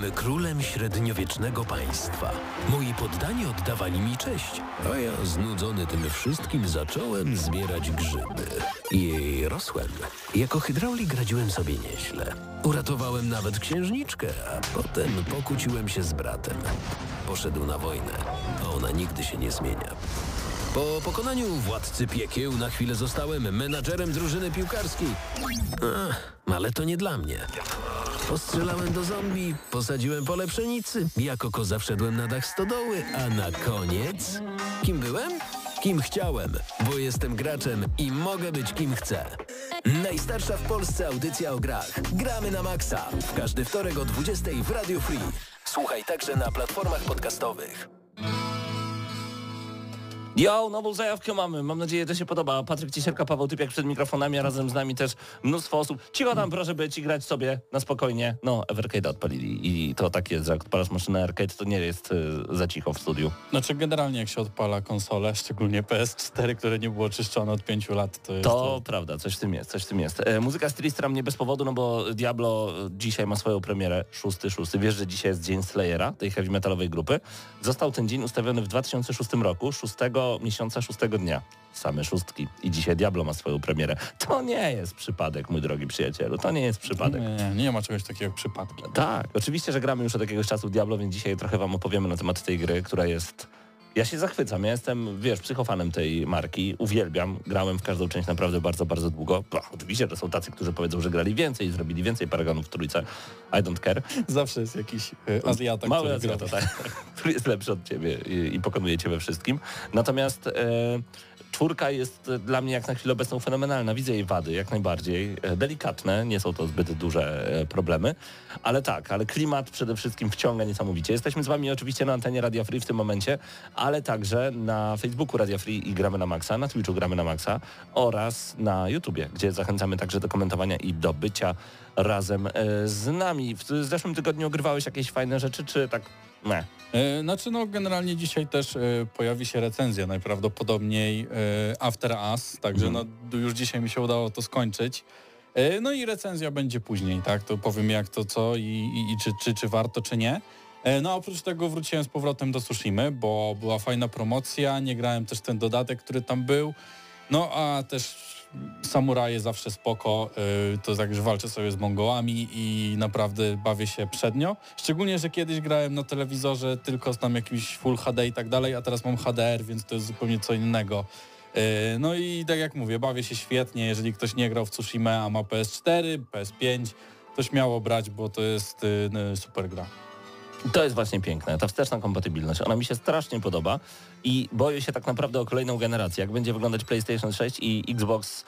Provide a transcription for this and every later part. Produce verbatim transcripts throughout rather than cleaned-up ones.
królem średniowiecznego państwa. Moi poddani oddawali mi cześć, a ja znudzony tym wszystkim zacząłem zbierać grzyby. I rosłem. Jako hydraulik radziłem sobie nieźle. Uratowałem nawet księżniczkę, a potem pokłóciłem się z bratem. Poszedł na wojnę, a ona nigdy się nie zmienia. Po pokonaniu władcy piekieł na chwilę zostałem menadżerem drużyny piłkarskiej. Ach, ale to nie dla mnie. Postrzelałem do zombie, posadziłem pole pszenicy, jako koza wszedłem na dach stodoły, a na koniec... Kim byłem? Kim chciałem, bo jestem graczem i mogę być kim chcę. Najstarsza w Polsce audycja o grach. Gramy na maksa. W każdy wtorek o dwudziestej w Radio Free. Słuchaj także na platformach podcastowych. Yo, nową zajawkę mamy. Mam nadzieję, że się podoba. Patryk Ciesielka, Paweł Typiak przed mikrofonami, a razem z nami też mnóstwo osób. Cicho tam, proszę by ci grać sobie na spokojnie. No, Evercade'a odpalili i to tak jest, że jak odpalasz maszynę arcade, to nie jest y, za cicho w studiu. Znaczy generalnie jak się odpala konsolę, szczególnie P S cztery, które nie było czyszczone od pięciu lat, to jest... To, to... prawda, coś w tym jest, coś w tym jest. E, muzyka Stristram nie bez powodu, no bo Diablo dzisiaj ma swoją premierę, szósty, szósty. Wiesz, że dzisiaj jest dzień Slayera, tej heavy metalowej grupy. Został ten dzień ustawiony w dwa tysiące szóstym roku, szóstego miesiąca, szóstego dnia. Same szóstki. I dzisiaj Diablo ma swoją premierę. To nie jest przypadek, mój drogi przyjacielu. To nie jest przypadek. Nie, nie ma czegoś takiego jak przypadki. Tak, oczywiście, że gramy już od jakiegoś czasu w Diablo, więc dzisiaj trochę wam opowiemy na temat tej gry, która jest... Ja się zachwycam, ja jestem, wiesz, psychofanem tej marki, uwielbiam, grałem w każdą część naprawdę bardzo, bardzo długo. Bah, oczywiście, że są tacy, którzy powiedzą, że grali więcej i zrobili więcej Paragonów w trójce. I don't care. Zawsze jest jakiś y, Azjata, Mały który Azjata, gra. tak, który jest lepszy od ciebie i, i pokonuje cię we wszystkim. Natomiast e, czwórka jest dla mnie jak na chwilę obecną fenomenalna. Widzę jej wady jak najbardziej. E, delikatne, nie są to zbyt duże e, problemy, ale tak, ale klimat przede wszystkim wciąga niesamowicie. Jesteśmy z wami oczywiście na antenie Radia Free w tym momencie, ale także na Facebooku Radia Free i Gramy na Maxa, na Twitchu Gramy na Maxa oraz na YouTubie, gdzie zachęcamy także do komentowania i do bycia razem e, z nami. W zeszłym tygodniu ogrywałeś jakieś fajne rzeczy, czy tak nie? E, znaczy no generalnie dzisiaj też e, pojawi się recenzja najprawdopodobniej e, After Us, także mm. no już dzisiaj mi się udało to skończyć. E, no i recenzja będzie później, tak? To powiem jak to co i, i, i czy, czy, czy warto, czy nie. E, no oprócz tego wróciłem z powrotem do Tsushimy, bo była fajna promocja, nie grałem też ten dodatek, który tam był. No a też samuraje zawsze spoko, yy, to tak, że walczę sobie z Mongołami i naprawdę bawię się przednio. Szczególnie, że kiedyś grałem na telewizorze tylko z tam jakimś Full H D i tak dalej, a teraz mam H D R, więc to jest zupełnie co innego. Yy, no i tak jak mówię, bawię się świetnie. Jeżeli ktoś nie grał w Tsushima, a ma P S cztery, P S pięć, to śmiało brać, bo to jest yy, super gra. To jest właśnie piękne, ta wsteczna kompatybilność. Ona mi się strasznie podoba i boję się tak naprawdę o kolejną generację. Jak będzie wyglądać PlayStation sześć i Xbox...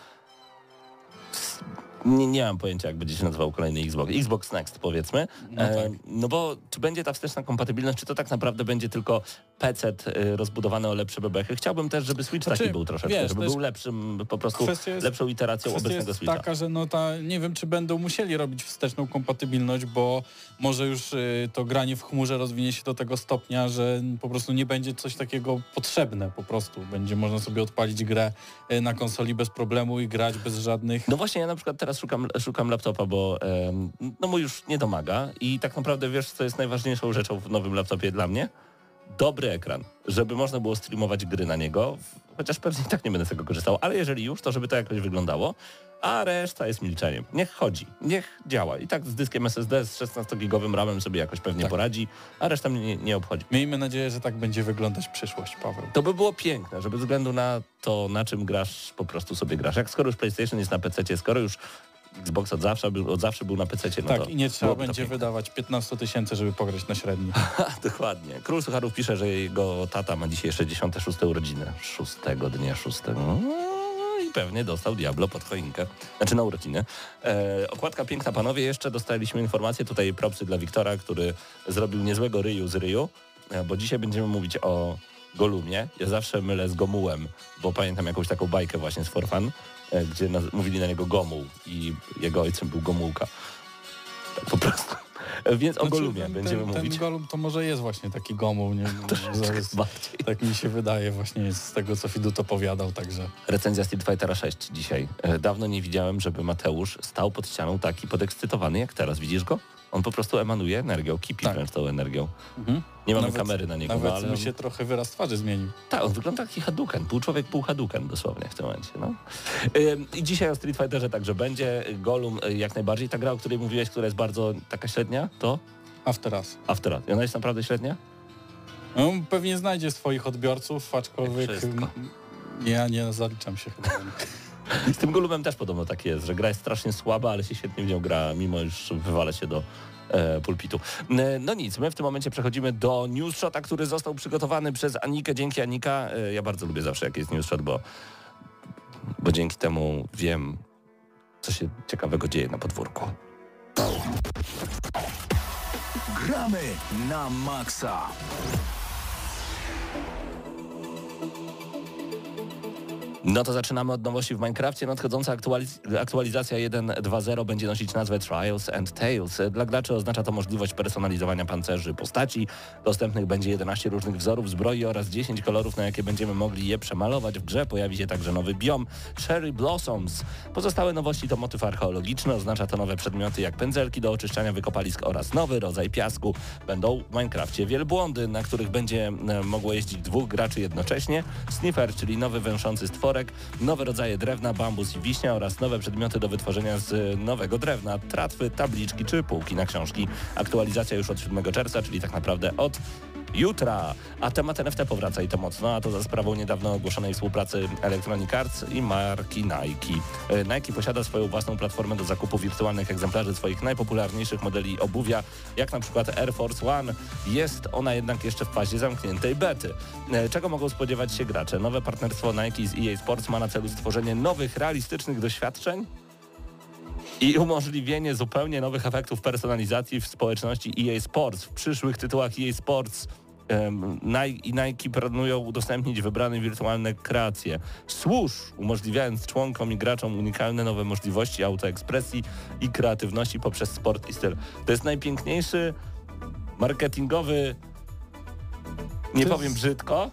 Nie, nie mam pojęcia, jak będzie się nazywał kolejny Xbox. Xbox Next, powiedzmy. No, tak. e, no bo czy będzie ta wsteczna kompatybilność, czy to tak naprawdę będzie tylko P C y, rozbudowany o lepsze bebechy? Chciałbym też, żeby Switch znaczy, taki był troszeczkę, wiesz, żeby był lepszym, po prostu jest, lepszą iteracją obecnego jest Switcha. taka, że no ta, nie wiem, czy będą musieli robić wsteczną kompatybilność, bo może już y, to granie w chmurze rozwinie się do tego stopnia, że po prostu nie będzie coś takiego potrzebne po prostu. Będzie można sobie odpalić grę y, na konsoli bez problemu i grać bez żadnych... No właśnie, ja na przykład teraz szukam, szukam laptopa, bo um, no mój już nie domaga i tak naprawdę wiesz, co jest najważniejszą rzeczą w nowym laptopie dla mnie? Dobry ekran, żeby można było streamować gry na niego, chociaż pewnie i tak nie będę z tego korzystał, ale jeżeli już, to żeby to jakoś wyglądało, a reszta jest milczeniem. Niech chodzi, niech działa. I tak z dyskiem S S D, z szesnastogigowym ramem sobie jakoś pewnie tak poradzi, a reszta mnie nie, nie obchodzi. Miejmy nadzieję, że tak będzie wyglądać przyszłość, Paweł. To by było piękne, żeby ze względu na to, na czym grasz, po prostu sobie grasz. Jak skoro już PlayStation jest na pececie, skoro już Xbox od zawsze był, od zawsze był na pececie. No tak, to i nie trzeba będzie piękne. wydawać piętnaście tysięcy, żeby pograć na średni. Dokładnie. Król Sucharów pisze, że jego tata ma dzisiaj sześćdziesiąte szóste urodziny. Szóstego dnia szóstego. No i pewnie dostał Diablo pod choinkę. Znaczy na urodziny. E, okładka piękna, panowie. Jeszcze dostaliśmy informację, tutaj propsy dla Wiktora, który zrobił niezłego ryju z ryju, e, bo dzisiaj będziemy mówić o Golumie. Ja zawsze mylę z Gomułem, bo pamiętam jakąś taką bajkę właśnie z For Fun, gdzie na, mówili na niego Gomuł i jego ojcem był Gomułka. Tak po prostu. Więc o znaczy, Golumie ten, będziemy ten, mówić. Ten Golum to może jest właśnie taki Gomuł, nie? Zaraz, bardziej. Tak mi się wydaje właśnie z tego, co Fidut opowiadał, także... Recenzja Street Fightera sześć dzisiaj. Dawno nie widziałem, żeby Mateusz stał pod ścianą taki podekscytowany jak teraz. Widzisz go? On po prostu emanuje energią, kipi Tak. wręcz tą energią. Mhm. Nie mamy Nawet- kamery na niego, Nawet no, ale mi on, się trochę wyraz twarzy zmienił. tak, on wygląda jak taki Hadouken, pół człowiek, pół Hadouken dosłownie w tym momencie. No. Ym, I dzisiaj o Street Fighterze także będzie. Golum y, jak najbardziej. Ta gra, o której mówiłeś, która jest bardzo taka średnia, to After Us. After Us. I ona jest naprawdę średnia? No, pewnie znajdzie swoich odbiorców, aczkolwiek Jak wszystko. m, ja nie zaliczam się chyba. do nich. Z tym Golumem też podobno tak jest, że gra jest strasznie słaba, ale się świetnie w nią gra, mimo iż wywala się do e, pulpitu. E, no nic, my w tym momencie przechodzimy do News Shota, który został przygotowany przez Anikę. Dzięki Anika. E, ja bardzo lubię zawsze jak jest News Shot, bo, bo dzięki temu wiem, co się ciekawego dzieje na podwórku. Gramy na maksa. No to zaczynamy od nowości w Minecrafcie. Nadchodząca aktualiz- aktualizacja jeden kropka dwa zero będzie nosić nazwę Trials and Tales. Dla graczy oznacza to możliwość personalizowania pancerzy postaci. Dostępnych będzie jedenaście różnych wzorów zbroi oraz dziesięć kolorów, na jakie będziemy mogli je przemalować. W grze pojawi się także nowy biom Cherry Blossoms. Pozostałe nowości to motyw archeologiczny. Oznacza to nowe przedmioty jak pędzelki do oczyszczania wykopalisk oraz nowy rodzaj piasku. Będą w Minecrafcie wielbłądy, na których będzie e, mogło jeździć dwóch graczy jednocześnie. Sniffer, czyli nowy węszący stworek, nowe rodzaje drewna, bambus i wiśnia oraz nowe przedmioty do wytworzenia z nowego drewna, tratwy, tabliczki czy półki na książki. Aktualizacja już od siódmego czerwca, czyli tak naprawdę od jutra. A temat N F T powraca i to mocno, a to za sprawą niedawno ogłoszonej współpracy Electronic Arts i marki Nike. Nike posiada swoją własną platformę do zakupu wirtualnych egzemplarzy swoich najpopularniejszych modeli obuwia, jak na przykład Air Force One. Jest ona jednak jeszcze w fazie zamkniętej bety. Czego mogą spodziewać się gracze? Nowe partnerstwo Nike z E A Sports ma na celu stworzenie nowych, realistycznych doświadczeń i umożliwienie zupełnie nowych efektów personalizacji w społeczności E A Sports. W przyszłych tytułach E A Sports um, Nike i Nike planują udostępnić wybrane wirtualne kreacje. Swoosh, umożliwiając członkom i graczom unikalne nowe możliwości autoekspresji i kreatywności poprzez sport i styl. To jest najpiękniejszy marketingowy, nie To powiem jest- brzydko,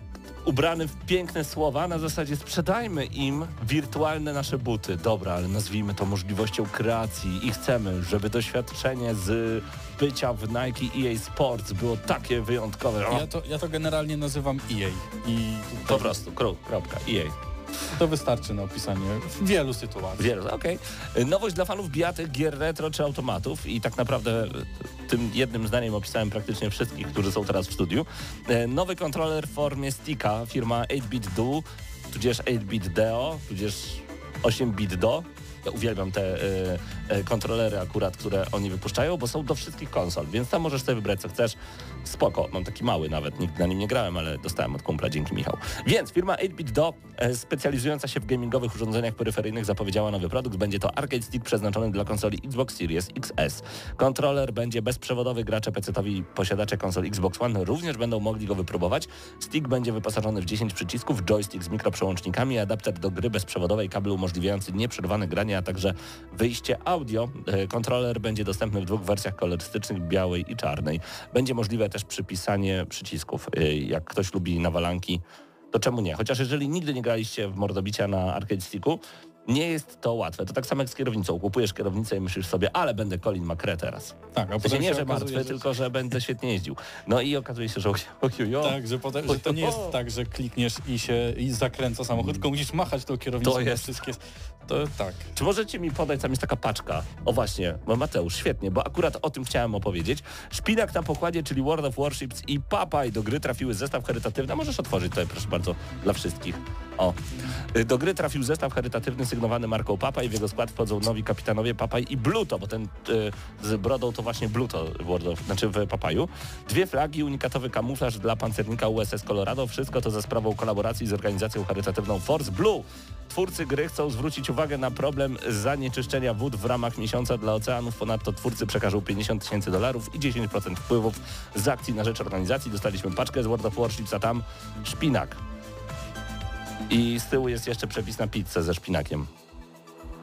ubrany w piękne słowa, na zasadzie sprzedajmy im wirtualne nasze buty. Dobra, ale nazwijmy to możliwością kreacji i chcemy, żeby doświadczenie z bycia w Nike E A Sports było takie wyjątkowe. O, Ja to, ja to generalnie nazywam E A i po tutaj prostu, kru, kropka, E A. to wystarczy na opisanie wielu sytuacji. Wiele, okej. Nowość dla fanów bijatek, gier retro czy automatów i tak naprawdę tym jednym zdaniem opisałem praktycznie wszystkich, którzy są teraz w studiu. E, Nowy kontroler w formie sticka, firma osiem bit do, tudzież osiem bit deo, tudzież osiem bit do. Ja uwielbiam te e, e, kontrolery akurat, które oni wypuszczają, bo są do wszystkich konsol, więc tam możesz sobie wybrać co chcesz. Spoko, mam taki mały nawet, nigdy na nim nie grałem, ale dostałem od kumpla, dzięki Michał. Więc firma osiem bit do, e, specjalizująca się w gamingowych urządzeniach peryferyjnych, zapowiedziała nowy produkt. Będzie to arcade stick przeznaczony dla konsoli Xbox Series X S. Kontroler będzie bezprzewodowy, gracze pecetowi, posiadacze konsol Xbox One również będą mogli go wypróbować. Stick będzie wyposażony w dziesięć przycisków, joystick z mikroprzełącznikami, adapter do gry bezprzewodowej, kabel umożliwiający nieprzerwane granie, a także wyjście audio. E, Kontroler będzie dostępny w dwóch wersjach kolorystycznych, białej i czarnej. Będzie możliwe też przypisanie przycisków. E, Jak ktoś lubi nawalanki, to czemu nie? Chociaż jeżeli nigdy nie graliście w mordobicia na arcade sticku, nie jest to łatwe. To tak samo jak z kierownicą. Kupujesz kierownicę i myślisz sobie, ale będę Colin McRae teraz. Tak, a W sensie potem nie, się że okazuje, martwy, że... tylko że będę świetnie jeździł. No i okazuje się, że ojujo. Tak, że, potem, że to nie jest tak, że klikniesz i się i zakręca samochód, tylko musisz machać tą kierownicą To na jest- wszystkie... To tak. Czy możecie mi podać, tam jest taka paczka? O właśnie, no Mateusz, świetnie, bo akurat o tym chciałem opowiedzieć. Szpinak na pokładzie, czyli World of Warships i Papaj do gry trafiły zestaw charytatywny. Możesz otworzyć tutaj, proszę bardzo, dla wszystkich. O. Do gry trafił zestaw charytatywny sygnowany marką Papaj. W jego skład wchodzą nowi kapitanowie Papaj i Bluto, bo ten y, z brodą to właśnie Bluto w World of, znaczy w Papaju. Dwie flagi, unikatowy kamuflaż dla pancernika U S S Colorado. Wszystko to za sprawą kolaboracji z organizacją charytatywną Force Blue. Twórcy gry chcą zwrócić uwagę na problem zanieczyszczenia wód w ramach miesiąca dla oceanów. Ponadto twórcy przekażą pięćdziesiąt tysięcy dolarów i dziesięć procent wpływów z akcji na rzecz organizacji. Dostaliśmy paczkę z World of Warships, a tam szpinak. I z tyłu jest jeszcze przepis na pizzę ze szpinakiem.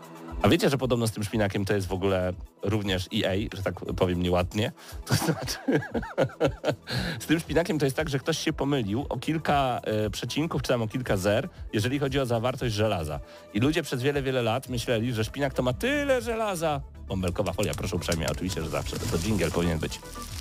A wiecie, że podobno z tym szpinakiem to jest w ogóle również E A, że tak powiem nieładnie? To znaczy, z tym szpinakiem to jest tak, że ktoś się pomylił o kilka e, przecinków, czy tam o kilka zer, jeżeli chodzi o zawartość żelaza. I ludzie przez wiele, wiele lat myśleli, że szpinak to ma tyle żelaza. Bąbelkowa folia, proszę uprzejmie, oczywiście, że zawsze. To dżingiel powinien być.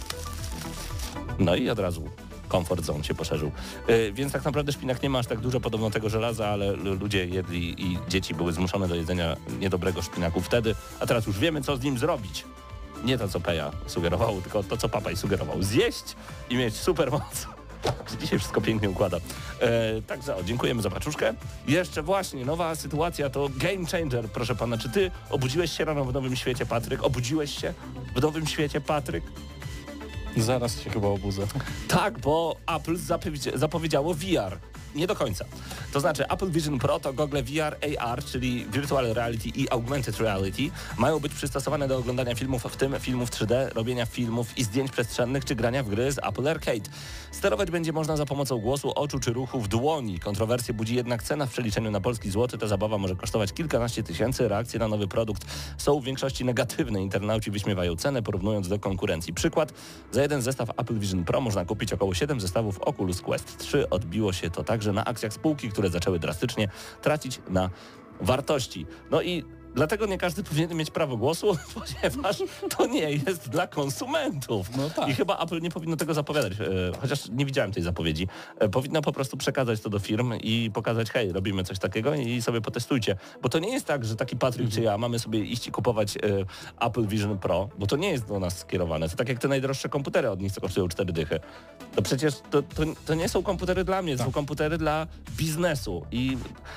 No i od razu comfort zone się poszerzył. Yy, więc tak naprawdę szpinak nie ma aż tak dużo podobno tego żelaza, ale l- ludzie jedli i dzieci były zmuszone do jedzenia niedobrego szpinaku wtedy, a teraz już wiemy, co z nim zrobić. Nie to, co Peja sugerował, tylko to, co Papaj sugerował. Zjeść i mieć super moc. Dzisiaj wszystko pięknie układa. E, także o, dziękujemy za paczuszkę. Jeszcze właśnie, nowa sytuacja to game changer, proszę pana. Czy ty obudziłeś się rano w Nowym Świecie, Patryk? Obudziłeś się w Nowym Świecie, Patryk? Zaraz się chyba obudzę. Tak, bo Apple zapowiedzi- zapowiedziało V R. Nie do końca. To znaczy Apple Vision Pro to gogle V R A R, czyli Virtual Reality i Augmented Reality, mają być przystosowane do oglądania filmów, w tym filmów trzy D, robienia filmów i zdjęć przestrzennych, czy grania w gry z Apple Arcade. Sterować będzie można za pomocą głosu, oczu czy ruchu w dłoni. Kontrowersję budzi jednak cena w przeliczeniu na polski złoty. Ta zabawa może kosztować kilkanaście tysięcy. Reakcje na nowy produkt są w większości negatywne. Internauci wyśmiewają cenę, porównując do konkurencji. Przykład. Za jeden zestaw Apple Vision Pro można kupić około siedem zestawów Oculus Quest trzy. Odbiło się to także na akcjach spółki, które zaczęły drastycznie tracić na wartości. No i dlatego nie każdy powinien mieć prawo głosu, ponieważ to nie jest dla konsumentów. No tak. I chyba Apple nie powinno tego zapowiadać, e, chociaż nie widziałem tej zapowiedzi. E, powinno po prostu przekazać to do firm i pokazać, hej, robimy coś takiego i sobie potestujcie. Bo to nie jest tak, że taki Patryk Mhm. czy ja mamy sobie iść i kupować e, Apple Vision Pro, bo to nie jest do nas skierowane. To tak jak te najdroższe komputery od nich, co kosztują cztery dychy. To przecież to, to, to nie są komputery dla mnie, to Tak. są komputery dla biznesu. I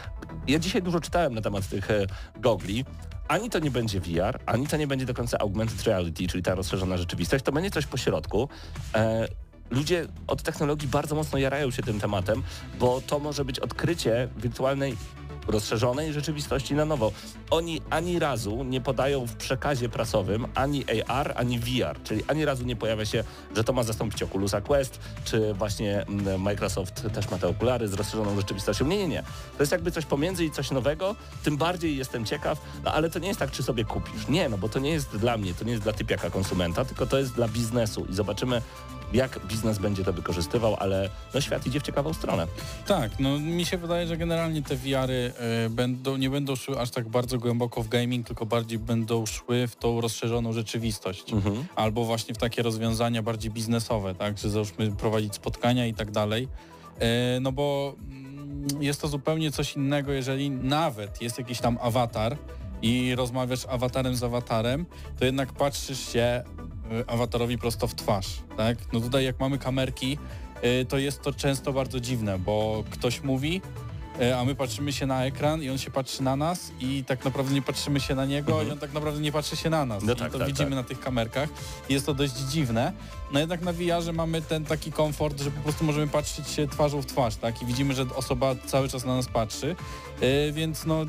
ja dzisiaj dużo czytałem na temat tych e, gogli. Ani to nie będzie V R, ani to nie będzie do końca augmented reality, czyli ta rozszerzona rzeczywistość. To będzie coś po środku. E, ludzie od technologii bardzo mocno jarają się tym tematem, bo to może być odkrycie wirtualnej rozszerzonej rzeczywistości na nowo. Oni ani razu nie podają w przekazie prasowym ani A R, ani V R, czyli ani razu nie pojawia się, że to ma zastąpić Oculusa Quest, czy właśnie mm, Microsoft też ma te okulary z rozszerzoną rzeczywistością. Nie, nie, nie. To jest jakby coś pomiędzy i coś nowego, tym bardziej jestem ciekaw, no ale to nie jest tak, czy sobie kupisz. Nie, no bo to nie jest dla mnie, to nie jest dla typiaka konsumenta, tylko to jest dla biznesu i zobaczymy, jak biznes będzie to wykorzystywał, ale no świat idzie w ciekawą stronę. Tak, no mi się wydaje, że generalnie te V R-y y, będą, nie będą szły aż tak bardzo głęboko w gaming, tylko bardziej będą szły w tą rozszerzoną rzeczywistość. Mhm. Albo właśnie w takie rozwiązania bardziej biznesowe, tak, że załóżmy prowadzić spotkania i tak dalej. Y, no bo mm, jest to zupełnie coś innego, jeżeli nawet jest jakiś tam awatar i rozmawiasz awatarem z awatarem, to jednak patrzysz się y, awatarowi prosto w twarz, tak? No tutaj jak mamy kamerki, y, to jest to często bardzo dziwne, bo ktoś mówi, y, a my patrzymy się na ekran i on się patrzy na nas i tak naprawdę nie patrzymy się na niego Mhm. i on tak naprawdę nie patrzy się na nas. No I tak, to tak, widzimy tak. na tych kamerkach. Jest to dość dziwne. No jednak na V R-ze mamy ten taki komfort, że po prostu możemy patrzeć się twarzą w twarz, tak? I widzimy, że osoba cały czas na nas patrzy, y, więc no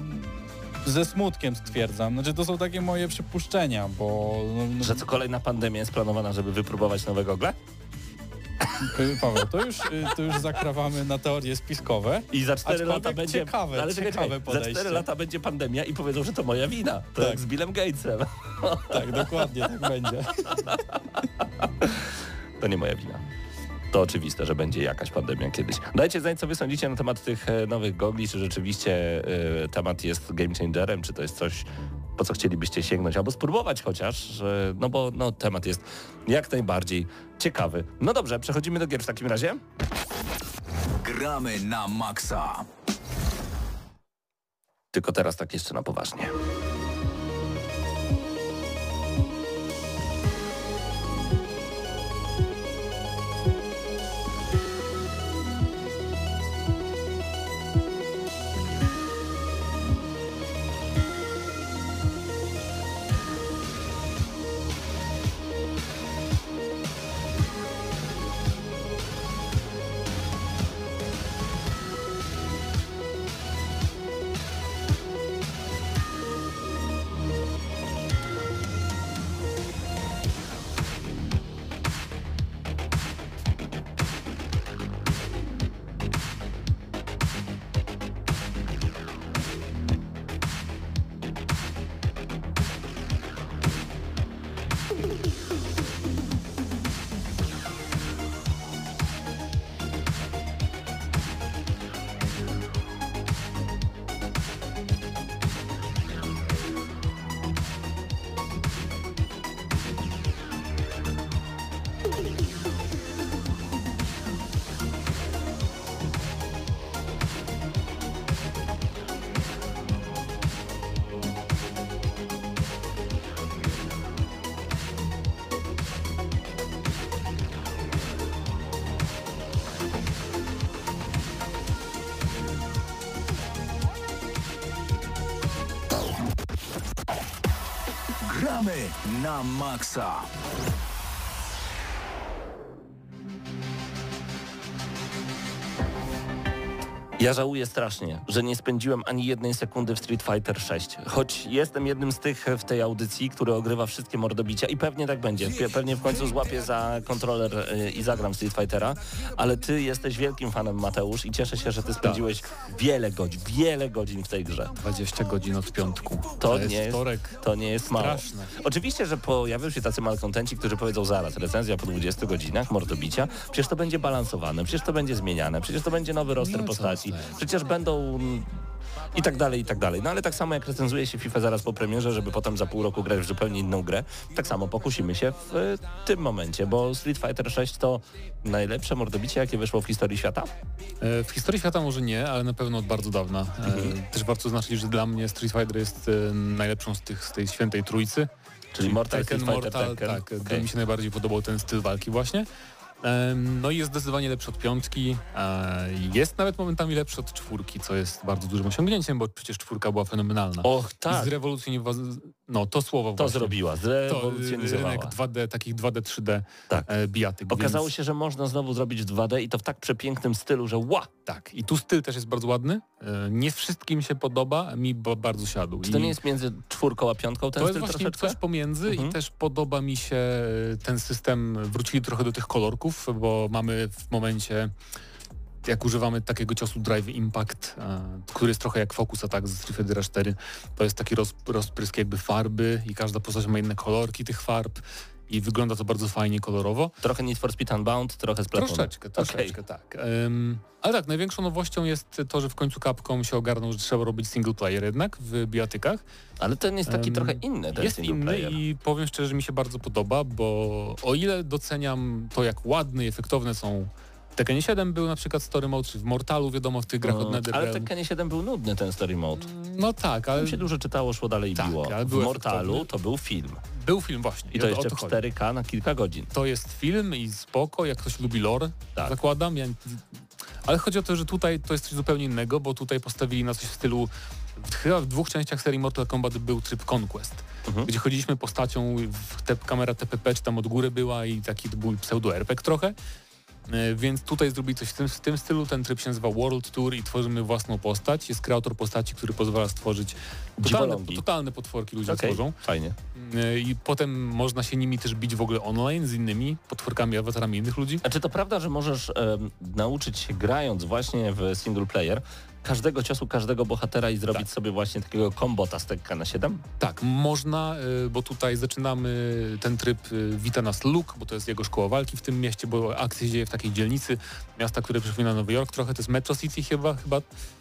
ze smutkiem stwierdzam. Znaczy to są takie moje przypuszczenia, bo... No, no, Że co kolejna pandemia jest planowana, żeby wypróbować nowe gogle? y, Paweł, to już, y, to już zakrawamy na teorie spiskowe. I za cztery Aczkolwiek lata będzie... ciekawe, ale czekaj, ciekawe czekaj, za podejście. cztery lata będzie pandemia i powiedzą, że to moja wina. To Tak. jak z Billem Gatesem. Tak, dokładnie, tak będzie. To nie moja wina. To oczywiste, że będzie jakaś pandemia kiedyś. Dajcie znać, co wy sądzicie na temat tych e, nowych gogli, czy rzeczywiście e, temat jest game changerem, czy to jest coś, po co chcielibyście sięgnąć, albo spróbować chociaż, e, no bo no, temat jest jak najbardziej ciekawy. No dobrze, przechodzimy do gier w takim razie. Gramy na maksa. Tylko teraz tak jeszcze na poważnie. Gramy na maksa. Ja żałuję strasznie, że nie spędziłem ani jednej sekundy w Street Fighter sześć. Choć jestem jednym z tych w tej audycji, który ogrywa wszystkie mordobicia i pewnie tak będzie. Pe- pewnie w końcu złapię za kontroler y, i zagram Street Fightera, ale ty jesteś wielkim fanem, Mateusz, i cieszę się, że ty spędziłeś wiele godzin, wiele godzin w tej grze. dwadzieścia godzin od piątku. To, To nie jest jest, wtorek. to nie jest mało. Straszne. Oczywiście, że pojawią się tacy malkontenci, którzy powiedzą zaraz, recenzja po dwudziestu godzinach, mordobicia, przecież to będzie balansowane, przecież to będzie zmieniane, przecież to będzie nowy roster No co postaci, ty? przecież będą i tak dalej, i tak dalej. No ale tak samo jak recenzuje się FIFA zaraz po premierze, żeby potem za pół roku grać w zupełnie inną grę, tak samo pokusimy się w y, tym momencie, bo Street Fighter sześć to najlepsze mordobicie, jakie wyszło w historii świata? E, W historii świata może nie, ale na pewno od bardzo dawna. E, Też warto zaznaczyć, że dla mnie Street Fighter jest e, najlepszą z tych z tej świętej trójcy. Czyli Mortal, Tekken, Street Fighter, Mortal, Tekken. tak. Okay. To mi się najbardziej podobał ten styl walki właśnie. Em, No i jest zdecydowanie lepszy od piątki. e, Jest nawet momentami lepszy od czwórki, co jest bardzo dużym osiągnięciem, bo przecież czwórka była fenomenalna. Och, I tak, zrewolucjonowała, no to słowo to właśnie. zrobiła, To y, zrewolucjonizowała. rynek dwa D, takich dwa D, trzy D Tak. e, bijatyk. Okazało więc, się, że można znowu zrobić w dwa D i to w tak przepięknym stylu, że ła! Tak, i tu styl też jest bardzo ładny. E, Nie wszystkim się podoba, mi ba- bardzo siadł. Czy to I nie jest między czwórką a piątką ten to jest styl właśnie troszeczkę? coś pomiędzy Mhm. i też podoba mi się e, ten system, wrócili trochę do tych kolorków, bo mamy w momencie, jak używamy takiego ciosu Drive Impact, e, który jest trochę jak Focus Attack ze Street Fighter cztery, to jest taki roz, rozprysk jakby farby i każda postać ma inne kolorki tych farb i wygląda to bardzo fajnie kolorowo. Trochę Need for Speed Unbound, trochę Splatoon. Troszeczkę, troszeczkę, tak. Um, ale tak, największą nowością jest to, że w końcu Capcom się ogarnął, że trzeba robić single player jednak w bijatykach. Ale ten jest taki Um, trochę inny, ten Jest single inny player. i powiem szczerze, że mi się bardzo podoba, bo o ile doceniam to, jak ładne i efektowne są w Tekkenie siedem był na przykład story mode, czy w Mortalu, wiadomo, w tych grach od Mm, ale w NetherRealm. Tekkenie siedem był nudny ten story mode. No tak, ale Tam się dużo czytało, szło dalej i Tak, biło. ale W był Mortalu efektowny. to był film. był film właśnie. I to o- o jeszcze w chodzi. cztery K na kilka godzin. To jest film i spoko, jak ktoś lubi lore, Tak. zakładam. Ja, ale chodzi o to, że tutaj to jest coś zupełnie innego, bo tutaj postawili na coś w stylu, chyba w dwóch częściach serii Mortal Kombat był tryb Conquest, Mhm. gdzie chodziliśmy postacią, w te, kamera T P P czy tam od góry była i taki to był pseudo-R P G trochę. E, Więc tutaj zrobili coś w tym, w tym stylu. Ten tryb się nazywa World Tour i tworzymy własną postać. Jest kreator postaci, który pozwala stworzyć totalne, Dziwolągi. totalne potworki ludzie Okej, tworzą. fajnie. E, I potem można się nimi też bić w ogóle online z innymi potworkami, awatarami innych ludzi. A czy to prawda, że możesz em, nauczyć się grając właśnie w single player każdego ciosu, każdego bohatera i zrobić Tak. sobie właśnie takiego kombota z Tekkena siedem? Tak, można, y, bo tutaj zaczynamy ten tryb, y, wita nas Luke, bo to jest jego szkoła walki w tym mieście, bo akcja się dzieje w takiej dzielnicy miasta, które przypomina Nowy Jork trochę, to jest Metro City chyba, chyba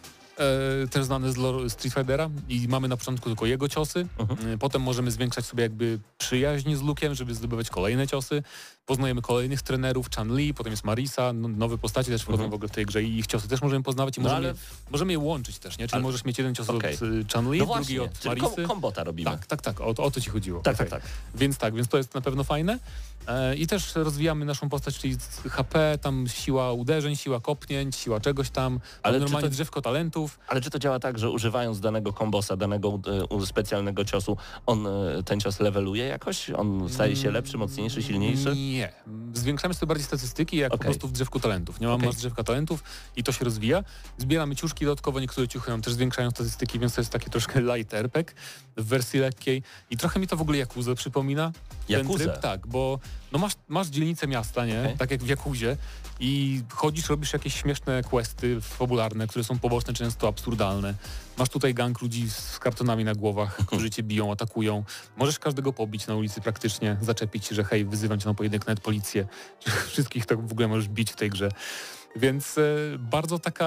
e, też znane z lore Street Fightera i mamy na początku tylko jego ciosy, Mhm. y, potem możemy zwiększać sobie jakby przyjaźń z Luke'em, żeby zdobywać kolejne ciosy, poznajemy kolejnych trenerów, Chun-Li, potem jest Marisa, no, nowe postaci też wchodzą Mhm. w ogóle w tej grze i ich ciosy też możemy poznawać i No możemy, ale- możemy je łączyć też, nie? Czyli Ale- możesz mieć jeden cios Okej. od y, Chun-Li, No drugi właśnie, od czyli Marisy. kom- kombota robimy. Tak, tak, tak, o, o to ci chodziło. tak, Okej. tak, tak. Więc tak, więc to jest na pewno fajne. E, I też rozwijamy naszą postać, czyli H P, tam siła uderzeń, siła kopnięć, siła czegoś tam, Ale ale czy normalnie to- drzewko talentów. Ale czy to działa tak, że używając danego kombosa, danego e, specjalnego ciosu, on e, ten cios leveluje jakoś? On staje się lepszy, mocniejszy, silniejszy? Nie. Zwiększamy sobie bardziej statystyki, jak Okej. po prostu w drzewku talentów. Nie mam Okej. masz drzewka talentów i to się rozwija. Zbieramy ciuszki dodatkowo, niektóre ciuchy też zwiększają statystyki, więc to jest taki troszkę light R P G w wersji lekkiej. I trochę mi to w ogóle Jakuzę przypomina. Ten Jakuzę? tryb, tak, bo no masz, masz dzielnicę miasta, nie? Okej. Tak jak w Jakuzie i chodzisz, robisz jakieś śmieszne questy fabularne, które są poboczne, często absurdalne. Masz tutaj gang ludzi z kartonami na głowach, którzy cię biją, atakują. Możesz każdego pobić na ulicy praktycznie, zaczepić, że hej, wyzywam cię na pojedynek, nawet policję. Wszystkich tak w ogóle możesz bić w tej grze. Więc e, bardzo taka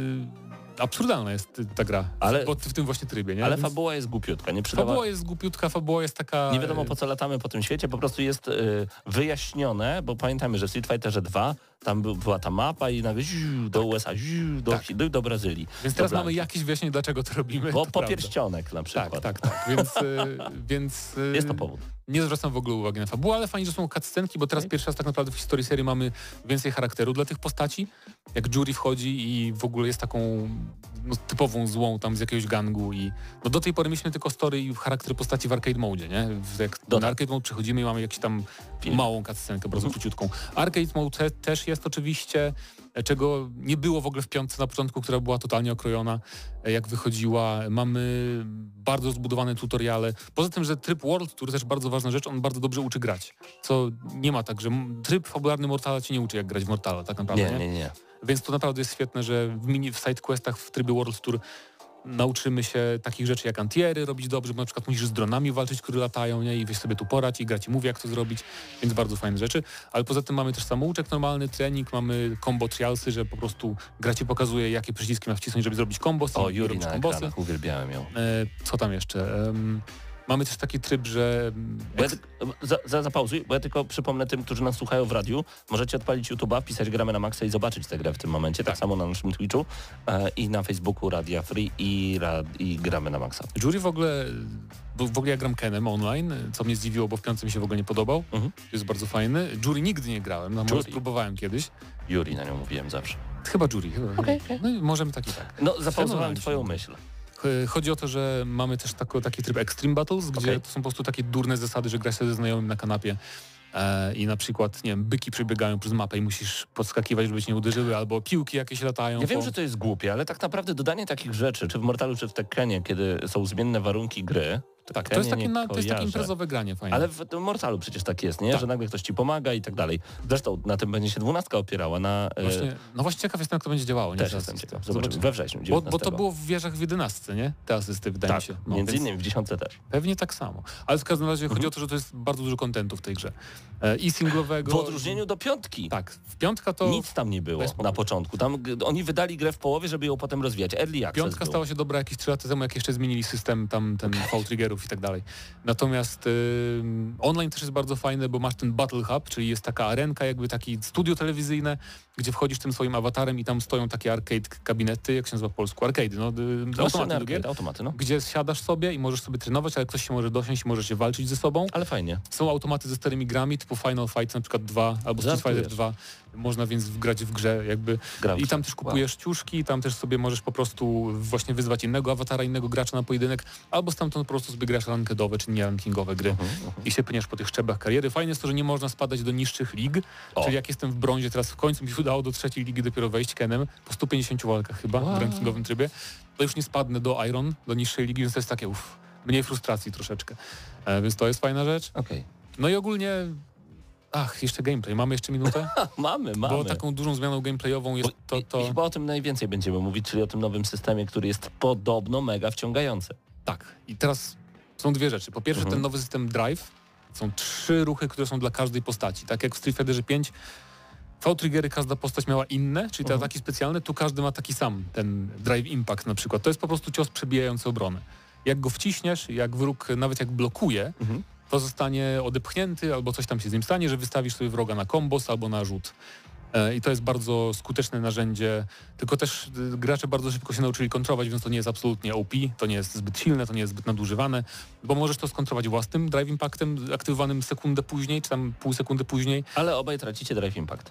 e, absurdalna jest ta gra, Ale- w, w tym właśnie trybie, nie? Ale Więc fabuła jest głupiutka, nie przydała... fabuła jest głupiutka, fabuła jest taka... Nie wiadomo po co latamy po tym świecie, po prostu jest y, wyjaśnione, bo pamiętamy, że w Street Fighterze dwa tam był, była ta mapa i nagle ziu, do U S A, ziu, do, Tak. do, do Brazylii. Więc do teraz Blanki. mamy jakieś wyjaśnienie, dlaczego to robimy. Bo to prawda. popierścionek na przykład. Tak, tak, tak. Więc, y, więc y, Jest to powód. Nie zwracam w ogóle uwagi na fabułę, ale fajnie, że są cutscenki, bo teraz Okay. pierwszy raz tak naprawdę w historii serii mamy więcej charakteru dla tych postaci. Jak Jury wchodzi i w ogóle jest taką no, typową złą tam z jakiegoś gangu i no, do tej pory mieliśmy tylko story i charakter postaci w arcade mode, nie? W, jak Do- na arcade mode przechodzimy i mamy jakąś tam Film. małą cutscenkę, bardzo króciutką. Arcade mode te, też jest oczywiście, czego nie było w ogóle w piątce na początku, która była totalnie okrojona, jak wychodziła. Mamy bardzo zbudowane tutoriale. Poza tym, że tryb World Tour, też bardzo ważna rzecz, on bardzo dobrze uczy grać. Co nie ma tak, że m- tryb fabularny Mortala cię nie uczy, jak grać w Mortala, tak naprawdę. Nie, nie, nie. Więc to naprawdę jest świetne, że w mini, w sidequestach w trybie World Tour nauczymy się takich rzeczy jak antiery robić dobrze, bo na przykład musisz z dronami walczyć, które latają, nie? I weź sobie tu porać i gra ci mówi, jak to zrobić, więc bardzo fajne rzeczy. Ale poza tym mamy też samouczek normalny, trening, mamy combo trialsy, że po prostu gra ci pokazuje, jakie przyciski ma wcisnąć, żeby zrobić kombos. O, i Yuri robisz na kombosy. ekranach, uwielbiałem ją. E, co tam jeszcze? Em, mamy też taki tryb, że... Bo ja, tyk- za, za, zapauzuj, bo ja tylko przypomnę tym, którzy nas słuchają w radiu, możecie odpalić YouTube'a, wpisać Gramy na Maxa i zobaczyć tę grę w tym momencie, tak, Tak. samo na naszym Twitchu e, i na Facebooku Radia Free i, rad, i Gramy na Maxa. Jury w ogóle, bo w ogóle ja gram Kenem online, co mnie zdziwiło, bo w piątce mi się w ogóle nie podobał. Mhm. Jest bardzo fajny. Jury nigdy nie grałem, no może Jury. spróbowałem kiedyś. Yuri na nią mówiłem zawsze. Chyba Jury. Chyba. Okej, okej. No i możemy tak i tak. No, zapauzowałem Fenomenalnie. twoją myśl. Ch- Chodzi o to, że mamy też tako, taki tryb Extreme Battles, gdzie Okej. to są po prostu takie durne zasady, że gra się ze znajomym na kanapie e, i na przykład, nie wiem, byki przebiegają przez mapę i musisz podskakiwać, żeby cię nie uderzyły, albo piłki jakieś latają. Ja wiem, po... że to jest głupie, ale tak naprawdę dodanie takich rzeczy, czy w Mortalu, czy w Tekkenie, kiedy są zmienne warunki gry, Tak, to jest, takie, nie na, to jest takie kojarzę. imprezowe granie fajne. Ale w tym Mortalu przecież tak jest, nie? Tak. Że nagle ktoś ci pomaga i tak dalej. Zresztą na tym będzie się dwunastka opierała, na... e, Właśnie, no właśnie ciekaw jestem, jak to będzie działało. Nie? też Teraz- jestem ciekaw. zobaczymy. Zobaczymy. We wrześniu, Bo, dziewiętnastego. bo to było w wieżach w jedenastce, nie? Te asysty, wydaje Tak, mi się. No, między więc innymi w dziesiątce też. Pewnie tak samo. Ale w każdym razie chodzi Mhm. o to, że to jest bardzo dużo kontentu w tej grze. E, I singlowego... W odróżnieniu do piątki. Tak, w piątka to... Nic tam nie było Bez powodu. na początku. Tam g- oni wydali grę w połowie, żeby ją potem rozwijać. Early access Piątka był. stała się dobra jakieś trzy lata temu, jak jeszcze zmienili system tam ten V-triggerów i tak dalej. Natomiast y, online też jest bardzo fajne, bo masz ten Battle Hub, czyli jest taka arenka, jakby taki studio telewizyjne, gdzie wchodzisz tym swoim awatarem i tam stoją takie arcade kabinety, jak się nazywa w polsku? Arcade, no, y, Maszyny, automaty do arcade, gier, automaty, no. gdzie siadasz sobie i możesz sobie trenować, ale ktoś się może dosiąść i możesz się walczyć ze sobą. Ale fajnie. Są automaty ze starymi grami, typu Final Fight na przykład dwa albo Street Fighter Żartujesz. dwa. Można więc grać w grze jakby. Gram I w tam to. też kupujesz ciuszki, tam też sobie możesz po prostu właśnie wyzwać innego awatara, innego gracza na pojedynek, albo stamtąd po prostu sobie grasz rankedowe czy nie rankingowe gry Mhm, mhm. i się pniesz po tych szczeblach kariery. Fajne jest to, że nie można spadać do niższych lig, O. czyli jak jestem w brązie, teraz w końcu mi się udało do trzeciej ligi dopiero wejść Kenem, po stu pięćdziesięciu walkach chyba Wow. w rankingowym trybie, to już nie spadnę do Iron, do niższej ligi, więc to jest takie uff, mniej frustracji troszeczkę. E, więc to jest fajna rzecz. Okej. No i ogólnie, ach, jeszcze gameplay. Mamy jeszcze minutę? Mamy, mamy. Bo taką dużą zmianą gameplayową jest Bo- to... i- to... I chyba o tym najwięcej będziemy mówić, czyli o tym nowym systemie, który jest podobno mega wciągający. Tak. I teraz są dwie rzeczy. Po pierwsze Mhm. ten nowy system Drive. Są trzy ruchy, które są dla każdej postaci. Tak jak w Street Fighterze pięć V-triggery każda postać miała inne, czyli te Mhm. ataki specjalne, tu każdy ma taki sam, ten Drive Impact na przykład. To jest po prostu cios przebijający obronę. Jak go wciśniesz, jak wróg, nawet jak blokuje, Mhm. to zostanie odepchnięty albo coś tam się z nim stanie, że wystawisz sobie wroga na kombos albo na rzut. E, I to jest bardzo skuteczne narzędzie, tylko też y, gracze bardzo szybko się nauczyli kontrolować, więc to nie jest absolutnie O P, to nie jest zbyt silne, to nie jest zbyt nadużywane, bo możesz to skontrolować własnym Drive Impactem aktywowanym sekundę później, czy tam pół sekundy później. Ale obaj tracicie Drive Impact.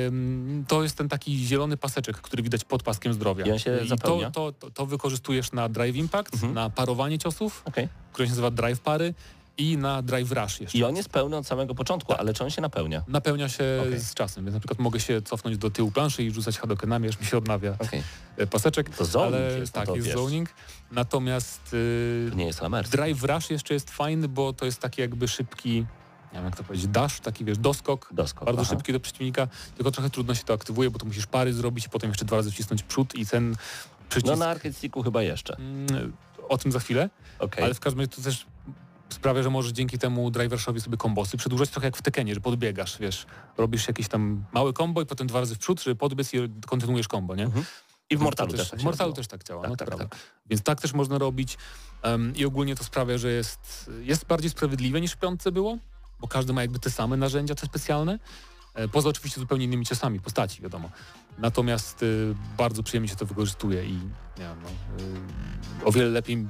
Ym, To jest ten taki zielony paseczek, który widać pod paskiem zdrowia. I on się to, zapełnia? to, to, to wykorzystujesz na Drive Impact, Mhm. na parowanie ciosów, Okej. które się nazywa Drive Pary i na Drive Rush jeszcze. I on jest pełny od samego początku, ale czy on się napełnia? Napełnia się Okej. z czasem, więc na przykład mogę się cofnąć do tyłu planszy i rzucać hadokenami, aż mi się odnawia Okej. e, paseczek. To zoning ale jest, no tak, to jest wiesz. zoning. Natomiast y, To nie jest Lamerski. Drive Rush jeszcze jest fajny, bo to jest taki jakby szybki, nie wiem jak to powiedzieć, dash, taki wiesz, doskok. Doskok. Bardzo aha. szybki do przeciwnika, tylko trochę trudno się to aktywuje, bo to musisz pary zrobić i potem jeszcze dwa razy wcisnąć przód i ten przycisk. No na arcade sticku chyba jeszcze. Mm, O tym za chwilę, Okej. ale w każdym razie to też sprawia, że możesz dzięki temu driverszowi sobie kombosy przedłużać trochę jak w Tekkenie, że podbiegasz, wiesz, robisz jakieś tam małe kombo i potem dwa razy w przód, że podbiec i kontynuujesz kombo, nie? Mhm. I w Więc Mortalu to też tak W się Mortalu robiło. też tak działa, Tak, no tak, to prawda. tak. Więc tak też można robić um, i ogólnie to sprawia, że jest, jest bardziej sprawiedliwe niż w piątce było, bo każdy ma jakby te same narzędzia, te specjalne, e, poza oczywiście zupełnie innymi ciosami postaci, wiadomo. Natomiast y, bardzo przyjemnie się to wykorzystuje i nie wiem, no, y, o wiele lepiej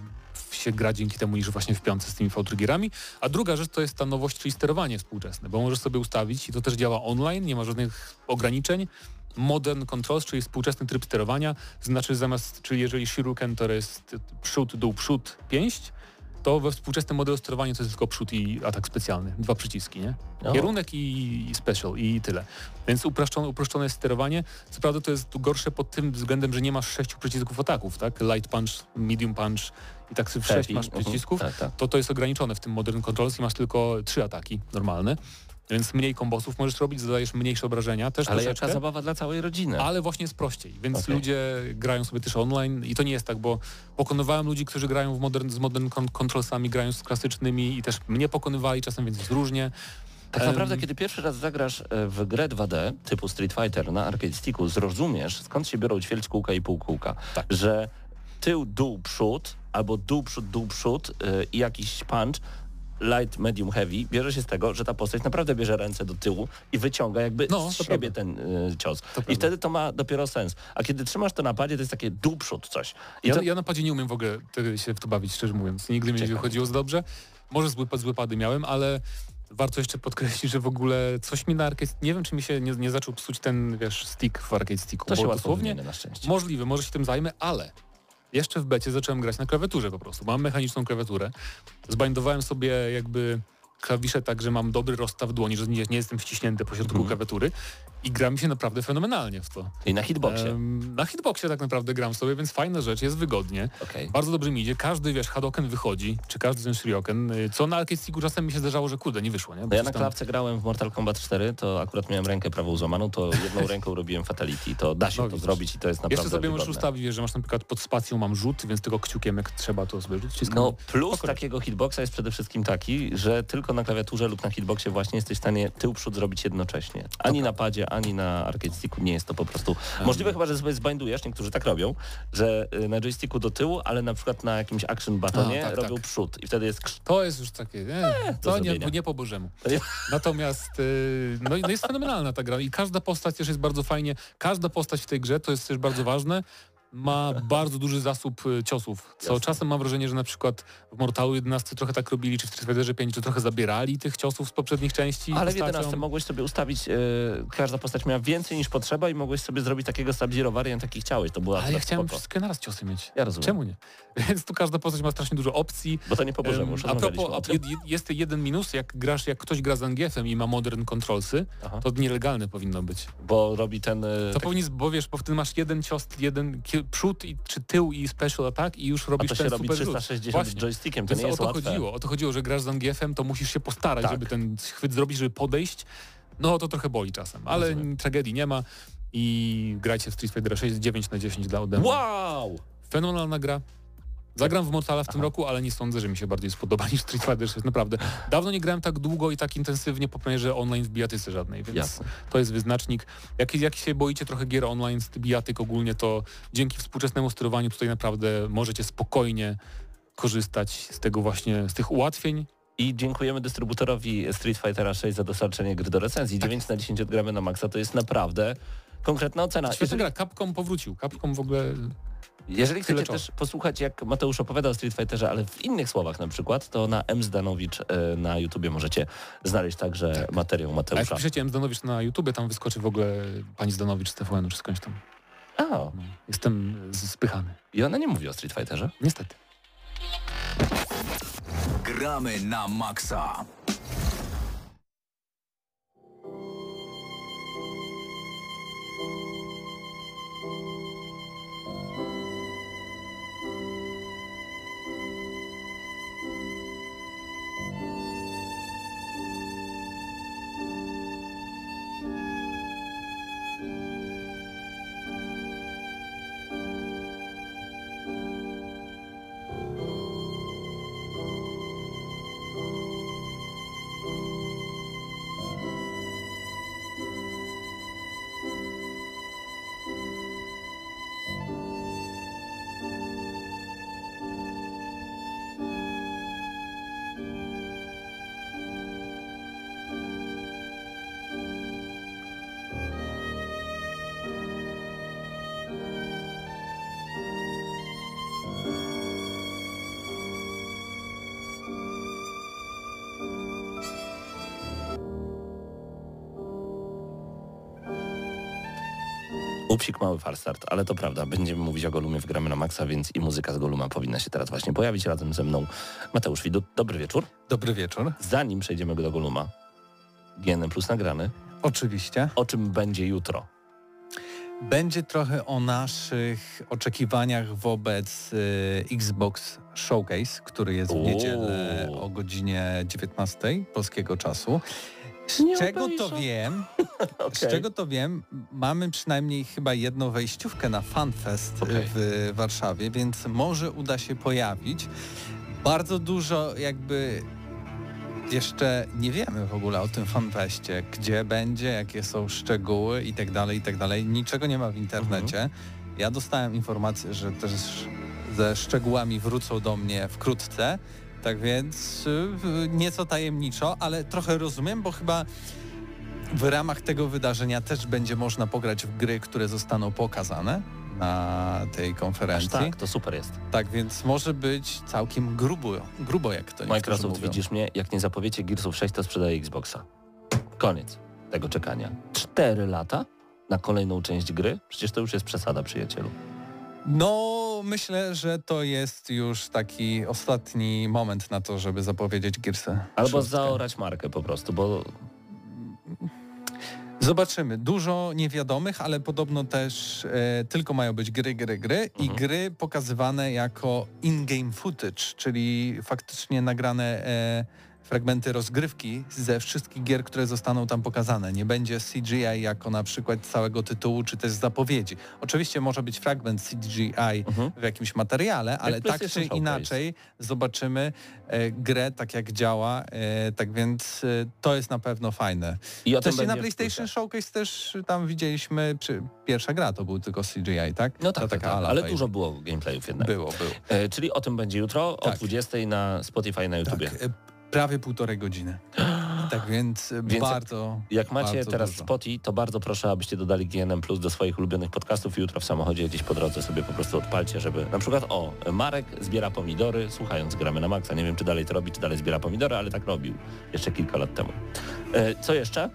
się gra dzięki temu niż właśnie w piątce z tymi V Triggerami. A druga rzecz to jest ta nowość, czyli sterowanie współczesne, bo możesz sobie ustawić i to też działa online, nie ma żadnych ograniczeń. Modern Controls, czyli współczesny tryb sterowania, znaczy zamiast, czyli jeżeli Shuriken to jest przód, dół, przód, pięść, to we współczesnym modelu sterowania to jest tylko przód i atak specjalny. Dwa przyciski, nie? O. Kierunek i, i special i tyle. Więc uproszczone, uproszczone jest sterowanie. Co prawda to jest gorsze pod tym względem, że nie masz sześciu przycisków ataków, tak? Light punch, medium punch i tak sobie sześć masz Mhm. przycisków. Tak, tak. To to jest ograniczone w tym Modern Controls i masz tylko trzy ataki normalne. Więc mniej kombosów możesz robić, zadajesz mniejsze obrażenia. Też Ale troszeczkę. jaka zabawa dla całej rodziny. Ale właśnie jest prościej, więc Okay. ludzie grają sobie też online i to nie jest tak, bo pokonywałem ludzi, którzy grają w modern, z Modern Controlsami, grają z klasycznymi i też mnie pokonywali czasem, więc jest różnie. Tak Em, naprawdę, kiedy pierwszy raz zagrasz e, w grę dwa D typu Street Fighter na arcade sticku, zrozumiesz, skąd się biorą ćwierćkółka i półkółka. Tak. Że tył, dół, przód, albo dół, przód, dół, przód e, i jakiś punch, light, medium, heavy, bierze się z tego, że ta postać naprawdę bierze ręce do tyłu i wyciąga jakby No, z to siebie prawda. ten y, cios. prawda. I wtedy to ma dopiero sens. A kiedy trzymasz to na padzie, to jest takie dół, przód coś. I Ja, to, ja na padzie nie umiem w ogóle wtedy się w to bawić, szczerze mówiąc. Nigdy mi nie Ciekawe. wychodziło za dobrze. Może złe, złe pady miałem, ale warto jeszcze podkreślić, że w ogóle coś mi na arcade... Nie wiem, czy mi się nie, nie zaczął psuć ten, wiesz, stick w arcade sticku. to się bo łatwo dosłownie wymienia na szczęście. możliwe, może się tym zajmę, ale jeszcze w becie zacząłem grać na klawiaturze po prostu. Mam mechaniczną klawiaturę. Zbindowałem sobie jakby klawisze tak, że mam dobry rozstaw dłoni, że nie, nie jestem wciśnięty po środku Mhm. klawiatury i gra mi się naprawdę fenomenalnie w to. I na hitboxie. Em, na hitboxie tak naprawdę gram sobie, więc fajna rzecz, jest wygodnie. Okej. Bardzo dobrze mi idzie. Każdy, wiesz, Hadoken wychodzi, czy każdy ten Shurioken, y, co na arcade sticku czasem mi się zdarzało, że kurde, nie wyszło, nie? Bo No ja coś na tam- klawce grałem w Mortal Kombat cztery, to akurat miałem rękę prawą złamaną, to jedną ręką robiłem fatality. To da się No to widzisz. zrobić i to jest naprawdę Jeszcze sobie możesz wygodne. ustawić, wiesz, że masz na przykład pod spacją mam rzut, więc tylko kciukiem jak trzeba to sobie rzucić. wciskam. No plus Spoko. takiego hitboxa jest przede wszystkim taki, że tylko na klawiaturze lub na hitboxie właśnie jesteś w stanie tył przód zrobić jednocześnie. Ani na padzie, ani na arcade sticku nie jest to po prostu możliwe, chyba że sobie zbindujesz, niektórzy tak robią, że y, na joysticku do tyłu, ale na przykład na jakimś action batonie A, tak, robią tak. przód i wtedy jest krz... To jest już takie, nie, do to nie, zrobienia. nie po bożemu. To nie- Natomiast y, no, i- no jest fenomenalna ta gra i każda postać też jest bardzo fajnie, każda postać w tej grze, to jest też bardzo ważne, ma bardzo duży zasób y, ciosów, co Jasne. czasem mam wrażenie, że na przykład w Mortalu jedenaście trochę tak robili, czy w Street Fighterze pięć, że trochę zabierali tych ciosów z poprzednich części. Ale w postaciom. jedenastce mogłeś sobie ustawić, y, każda postać miała więcej niż potrzeba i mogłeś sobie zrobić takiego Sub-Zero variant, jaki chciałeś. To było Ale ja akurat chciałem spoko. wszystkie naraz ciosy mieć. Ja rozumiem. Czemu nie? Więc tu każda postać ma strasznie dużo opcji. Bo to nie po Bożemu, Em, już a rozmawialiśmy propos, o a tym. jed, jest jeden minus, jak grasz, jak ktoś gra z Zangiefem i ma Modern Controlsy, Aha. to nielegalne powinno być. Bo robi ten... y, To tak- powinien, bo wiesz, bo wtedy masz jeden cios, jeden ki- przód i, czy tył i special attack i już A robisz to się ten robi super rzut. trzysta sześćdziesiąt Właśnie. joystickiem, to Więc nie o jest to łatwe. chodziło. O to chodziło, że grasz z Zangiefem, to musisz się postarać, Tak. żeby ten chwyt zrobić, żeby podejść. No to trochę boli czasem, ale Rozumiem. tragedii nie ma i grajcie w Street Fighter sześć, dziewięć na dziesięć dla ode mnie. Wow! Fenomenalna gra. Zagram w Mortala w tym Aha. roku, ale nie sądzę, że mi się bardziej spodoba niż Street Fighter sześć. Naprawdę. Dawno nie grałem tak długo i tak intensywnie po premierze online w bijatyce żadnej, więc Jasne. to jest wyznacznik. Jak, jak się boicie trochę gier online z bijatyk ogólnie, to dzięki współczesnemu sterowaniu tutaj naprawdę możecie spokojnie korzystać z tego właśnie, z tych ułatwień. I dziękujemy dystrybutorowi Street Fightera sześć za dostarczenie gry do recenzji. dziewięć na dziesięć odgramy na maksa to jest naprawdę konkretna ocena. Świetna Jeżeli, gra. Capcom powrócił. Capcom w ogóle... jeżeli Tyle chcecie czoła. też posłuchać, jak Mateusz opowiada o Street Fighterze, ale w innych słowach na przykład, to na M. Zdanowicz e, na YouTubie możecie znaleźć także materiał A jak Mateusza. piszecie M. Zdanowicz na YouTubie, tam wyskoczy w ogóle pani Zdanowicz z T V N-u czy skądś tam. A, No, jestem z- spychany. i ona nie mówi o Street Fighterze? Niestety. Gramy na maksa. Upsik mały farstart, ale to prawda, będziemy mówić o Golumie w Gramy na Maxa, więc i muzyka z Goluma powinna się teraz właśnie pojawić razem ze mną. Mateusz Widut, dobry wieczór. Dobry wieczór. Zanim przejdziemy do Goluma, G N M Plus nagrany. Oczywiście. O czym będzie jutro? Będzie trochę o naszych oczekiwaniach wobec y, Xbox Showcase, który jest w Uuu. niedzielę o godzinie dziewiętnastej polskiego czasu. Z Nie czego obejrzę. to wiem, Okay. z czego to wiem, mamy przynajmniej chyba jedną wejściówkę na FanFest Okay. w Warszawie, więc może uda się pojawić. Bardzo dużo jakby jeszcze nie wiemy w ogóle o tym FanFestie, gdzie będzie, jakie są szczegóły i tak dalej, i tak dalej. Niczego nie ma w internecie. Mhm. Ja dostałem informację, że też ze szczegółami wrócą do mnie wkrótce, tak więc y, nieco tajemniczo, ale trochę rozumiem, bo chyba w ramach tego wydarzenia też będzie można pograć w gry, które zostaną pokazane na tej Aż konferencji. tak, to super jest. Tak, więc może być całkiem grubo, grubo jak to niektórzy Microsoft, mówią. widzisz mnie, jak nie zapowiecie Gearsów sześć, to sprzedaje Xboxa. Koniec tego czekania. Cztery lata na kolejną część gry? Przecież to już jest przesada, przyjacielu. No, myślę, że to jest już taki ostatni moment na to, żeby zapowiedzieć Gearsy. Albo szóstkę. zaorać markę po prostu, bo Zobaczymy. Dużo niewiadomych, ale podobno też e, tylko mają być gry, gry, gry i Mhm. gry pokazywane jako in-game footage, czyli faktycznie nagrane e, fragmenty rozgrywki ze wszystkich gier, które zostaną tam pokazane. Nie będzie C G I jako na przykład całego tytułu, czy też zapowiedzi. Oczywiście może być fragment C G I mhm. w jakimś materiale, ale tak PlayStation czy Showcase. inaczej zobaczymy e, grę tak jak działa, e, tak więc e, to jest na pewno fajne. i o tym Wcześniej na będzie w PlayStation plusie. Showcase też tam widzieliśmy, przy, pierwsza gra to był tylko C G I, tak? No To tak, tak, taka tak. ala ale fajna. dużo było gameplayów jednak. Było, było. E, czyli o tym będzie jutro o Tak. dwudziestej na Spotify na YouTubie. Tak, e, prawie półtorej godziny. Tak więc, e, Więc bardzo Jak macie bardzo teraz dużo. Spotify, to bardzo proszę, abyście dodali G N M Plus do swoich ulubionych podcastów i jutro w samochodzie gdzieś po drodze sobie po prostu odpalcie, żeby na przykład o, Marek zbiera pomidory, słuchając Gramy na Maxa. Nie wiem, czy dalej to robi, czy dalej zbiera pomidory, ale tak robił jeszcze kilka lat temu. E, co jeszcze?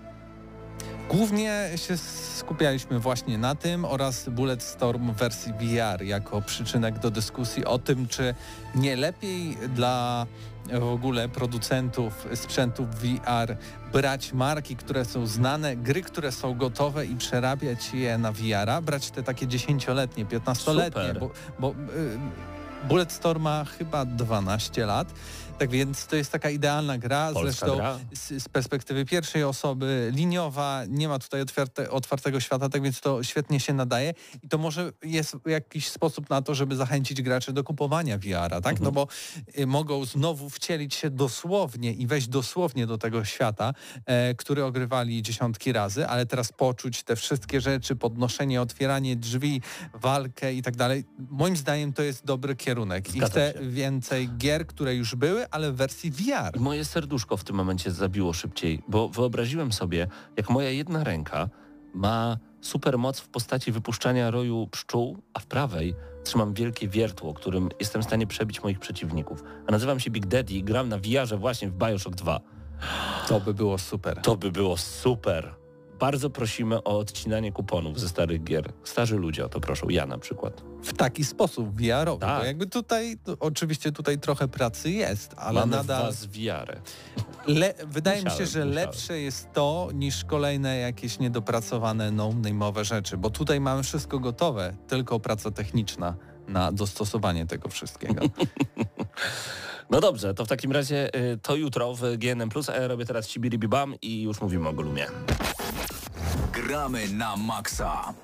Głównie się skupialiśmy właśnie na tym oraz Bulletstorm w wersji V R jako przyczynek do dyskusji o tym, czy nie lepiej dla w ogóle producentów sprzętów V R brać marki, które są znane, gry, które są gotowe i przerabiać je na V R a, brać te takie dziesięcioletnie, piętnastoletnie, Super. bo, bo y, Bulletstorm ma chyba dwanaście lat, tak więc to jest taka idealna gra, Polska zresztą gra. z, z perspektywy pierwszej osoby, liniowa, nie ma tutaj otwarte, otwartego świata, tak więc to świetnie się nadaje i to może jest jakiś sposób na to, żeby zachęcić graczy do kupowania V R a, tak? Mhm. No bo y, mogą znowu wcielić się dosłownie i wejść dosłownie do tego świata, e, który ogrywali dziesiątki razy, ale teraz poczuć te wszystkie rzeczy, podnoszenie, otwieranie drzwi, walkę i tak dalej. Moim zdaniem to jest dobry kierunek i Zgadzam chcę się. więcej gier, które już były, ale w wersji V R. I moje serduszko w tym momencie zabiło szybciej, bo wyobraziłem sobie, jak moja jedna ręka ma super moc w postaci wypuszczania roju pszczół, a w prawej trzymam wielkie wiertło, którym jestem w stanie przebić moich przeciwników. A nazywam się Big Daddy i gram na V R-ze właśnie w Bioshock dwa. To by było super. To by było super. Bardzo prosimy o odcinanie kuponów ze starych gier. Starzy ludzie o to proszą, ja na przykład. W taki sposób V R-owy, Tak. bo jakby tutaj, to oczywiście tutaj trochę pracy jest, ale Mamy nadal w was wiarę. le, wydaje mi się, Musiałem, że musiałem. lepsze jest to niż kolejne jakieś niedopracowane no-name'owe rzeczy, bo tutaj mamy wszystko gotowe, tylko praca techniczna na dostosowanie tego wszystkiego. No dobrze, to w takim razie y, to jutro w G N M plus, a ja robię teraz Cibiribibam i już mówimy o Golumie. Gramy na maksa.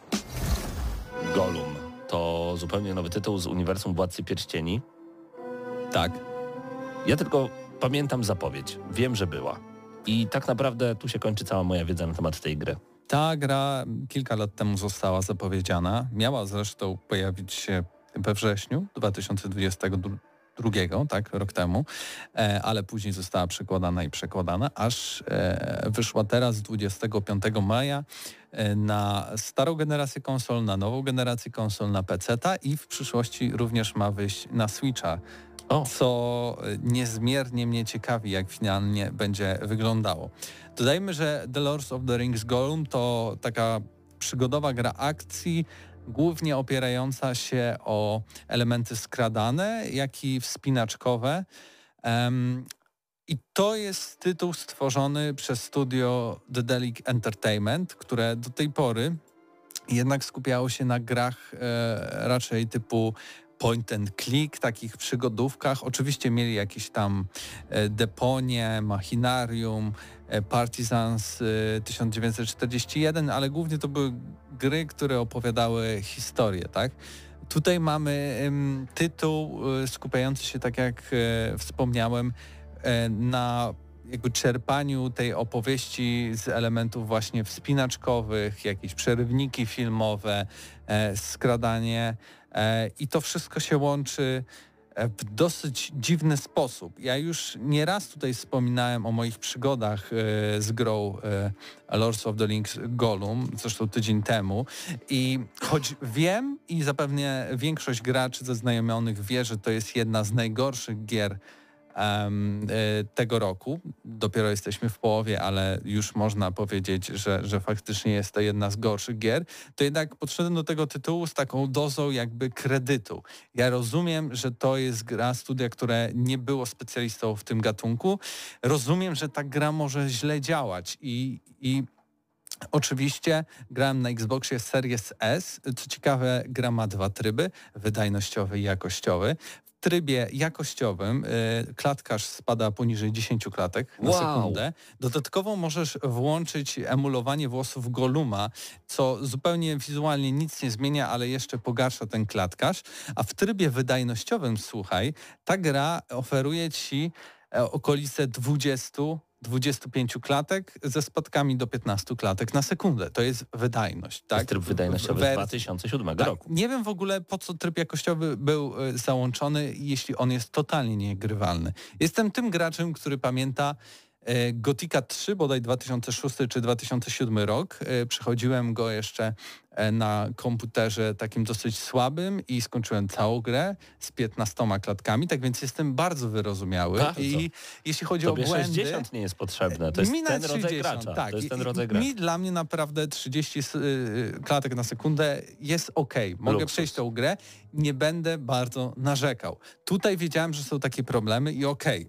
Golum to zupełnie nowy tytuł z uniwersum Władcy Pierścieni. Tak. Ja tylko pamiętam zapowiedź. Wiem, że była. I tak naprawdę tu się kończy cała moja wiedza na temat tej gry. Ta gra kilka lat temu została zapowiedziana. Miała zresztą pojawić się we wrześniu dwa tysiące dwudziestego drugiego, tak, rok temu, e, ale później została przekładana i przekładana, aż e, wyszła teraz dwudziestego piątego maja e, na starą generację konsol, na nową generację konsol, na peceta i w przyszłości również ma wyjść na Switcha. O. Co niezmiernie mnie ciekawi, jak finalnie będzie wyglądało. Dodajmy, że The Lord of the Rings Gollum to taka przygodowa gra akcji, głównie opierająca się o elementy skradane, jak i wspinaczkowe. Um, I to jest tytuł stworzony przez studio The Delic Entertainment, które do tej pory jednak skupiało się na grach e, raczej typu point and click, takich przygodówkach. Oczywiście mieli jakieś tam e, Deponie, Machinarium, e, Partisans e, tysiąc dziewięćset czterdzieści jeden, ale głównie to były gry, które opowiadały historię, tak? Tutaj mamy em, tytuł e, skupiający się, tak jak e, wspomniałem, e, na jakby czerpaniu tej opowieści z elementów właśnie wspinaczkowych, jakieś przerywniki filmowe, e, skradanie e, i to wszystko się łączy w dosyć dziwny sposób. Ja już nieraz tutaj wspominałem o moich przygodach e, z grą e, Lords of the Rings Gollum, zresztą tydzień temu, i choć wiem i zapewne większość graczy zaznajomionych wie, że to jest jedna z najgorszych gier Um, y, tego roku. Dopiero jesteśmy w połowie, ale już można powiedzieć, że, że faktycznie jest to jedna z gorszych gier, to jednak podszedłem do tego tytułu z taką dozą jakby kredytu. Ja rozumiem, że to jest gra studia, które nie było specjalistą w tym gatunku. Rozumiem, że ta gra może źle działać i, i oczywiście grałem na Xboxie Series S. Co ciekawe, gra ma dwa tryby, wydajnościowy i jakościowy. W trybie jakościowym y, klatkarz spada poniżej dziesięć klatek na Wow. sekundę. Dodatkowo możesz włączyć emulowanie włosów Goluma, co zupełnie wizualnie nic nie zmienia, ale jeszcze pogarsza ten klatkarz. A w trybie wydajnościowym, słuchaj, ta gra oferuje ci e, okolice dwadzieścia dwadzieścia pięć klatek ze spadkami do piętnaście klatek na sekundę. To jest wydajność. Tak? To jest tryb wydajnościowy z Wers- dwa tysiące siódmego tak, roku. nie wiem w ogóle, po co tryb jakościowy był y, załączony, jeśli on jest totalnie niegrywalny. Jestem tym graczem, który pamięta y, Gothica trzy, bodaj dwa tysiące szósty czy dwa tysiące siódmy rok. Y, przechodziłem go jeszcze y, na komputerze takim dosyć słabym i skończyłem całą grę z piętnastoma klatkami, tak więc jestem bardzo wyrozumiały. Bardzo. I jeśli chodzi Tobie o błędy... sześćdziesiąt nie jest potrzebne. To jest mi na ten rodzaj trzydzieści, gracza. tak. To jest ten I- rodzaj i- gracza. Mi dla mnie naprawdę trzydzieści y, klatek na sekundę jest okej. Mogę Luksus. przejść tą grę, nie będę bardzo narzekał. Tutaj wiedziałem, że są takie problemy i okej.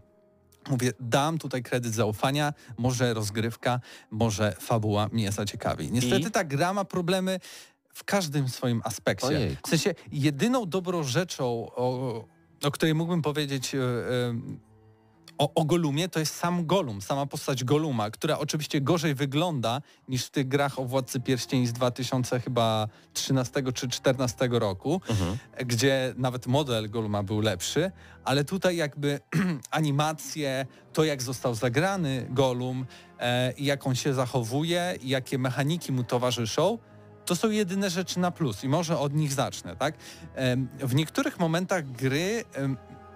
Mówię, dam tutaj kredyt zaufania, może rozgrywka, może fabuła mnie zaciekawi. Niestety I? ta gra ma problemy w każdym swoim aspekcie. Ojejku. W sensie jedyną dobrą rzeczą, o, o której mógłbym powiedzieć... Yy, yy, O, o Golumie to jest sam Golum, sama postać Goluma, która oczywiście gorzej wygląda niż w tych grach o Władcy Pierścieni z dwa tysiące trzynastego czy czternastego roku, Mhm. gdzie nawet model Goluma był lepszy, ale tutaj jakby animacje, to jak został zagrany Golum e, i jak on się zachowuje i jakie mechaniki mu towarzyszą, to są jedyne rzeczy na plus i może od nich zacznę, tak? E, w niektórych momentach gry e,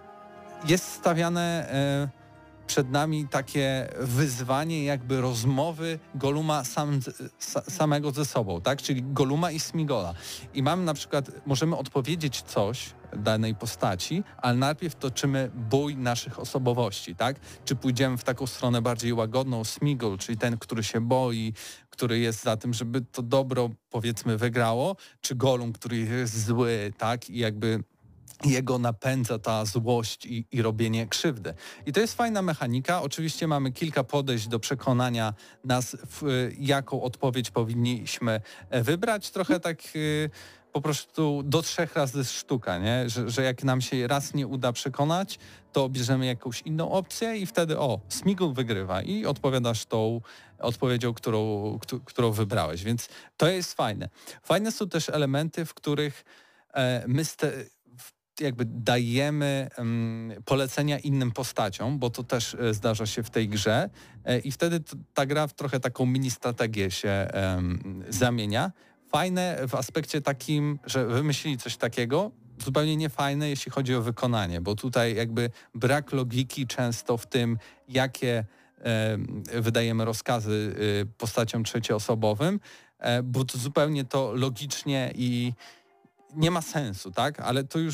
jest stawiane e, przed nami takie wyzwanie jakby rozmowy Goluma sam, sa, samego ze sobą, tak? Czyli Goluma i Smigola. I mamy na przykład, możemy odpowiedzieć coś danej postaci, ale najpierw toczymy bój naszych osobowości, tak? Czy pójdziemy w taką stronę bardziej łagodną, Smigol, czyli ten, który się boi, który jest za tym, żeby to dobro, powiedzmy, wygrało, czy Golum, który jest zły, tak? I jakby jego napędza ta złość i, i robienie krzywdy. I to jest fajna mechanika. Oczywiście mamy kilka podejść do przekonania nas, w, jaką odpowiedź powinniśmy wybrać. Trochę tak y, po prostu do trzech razy sztuka, nie? Że, że jak nam się raz nie uda przekonać, to bierzemy jakąś inną opcję i wtedy o, Smigul wygrywa i odpowiadasz tą odpowiedzią, którą, któ- którą wybrałeś. Więc to jest fajne. Fajne są też elementy, w których e, my ste- jakby dajemy um, polecenia innym postaciom, bo to też e, zdarza się w tej grze e, i wtedy t- ta gra w trochę taką mini strategię się um, zamienia. Fajne w aspekcie takim, że wymyślili coś takiego, zupełnie niefajne, jeśli chodzi o wykonanie, bo tutaj jakby brak logiki często w tym, jakie e, wydajemy rozkazy e, postaciom trzecioosobowym, e, bo to zupełnie to logicznie i nie ma sensu, tak? Ale to już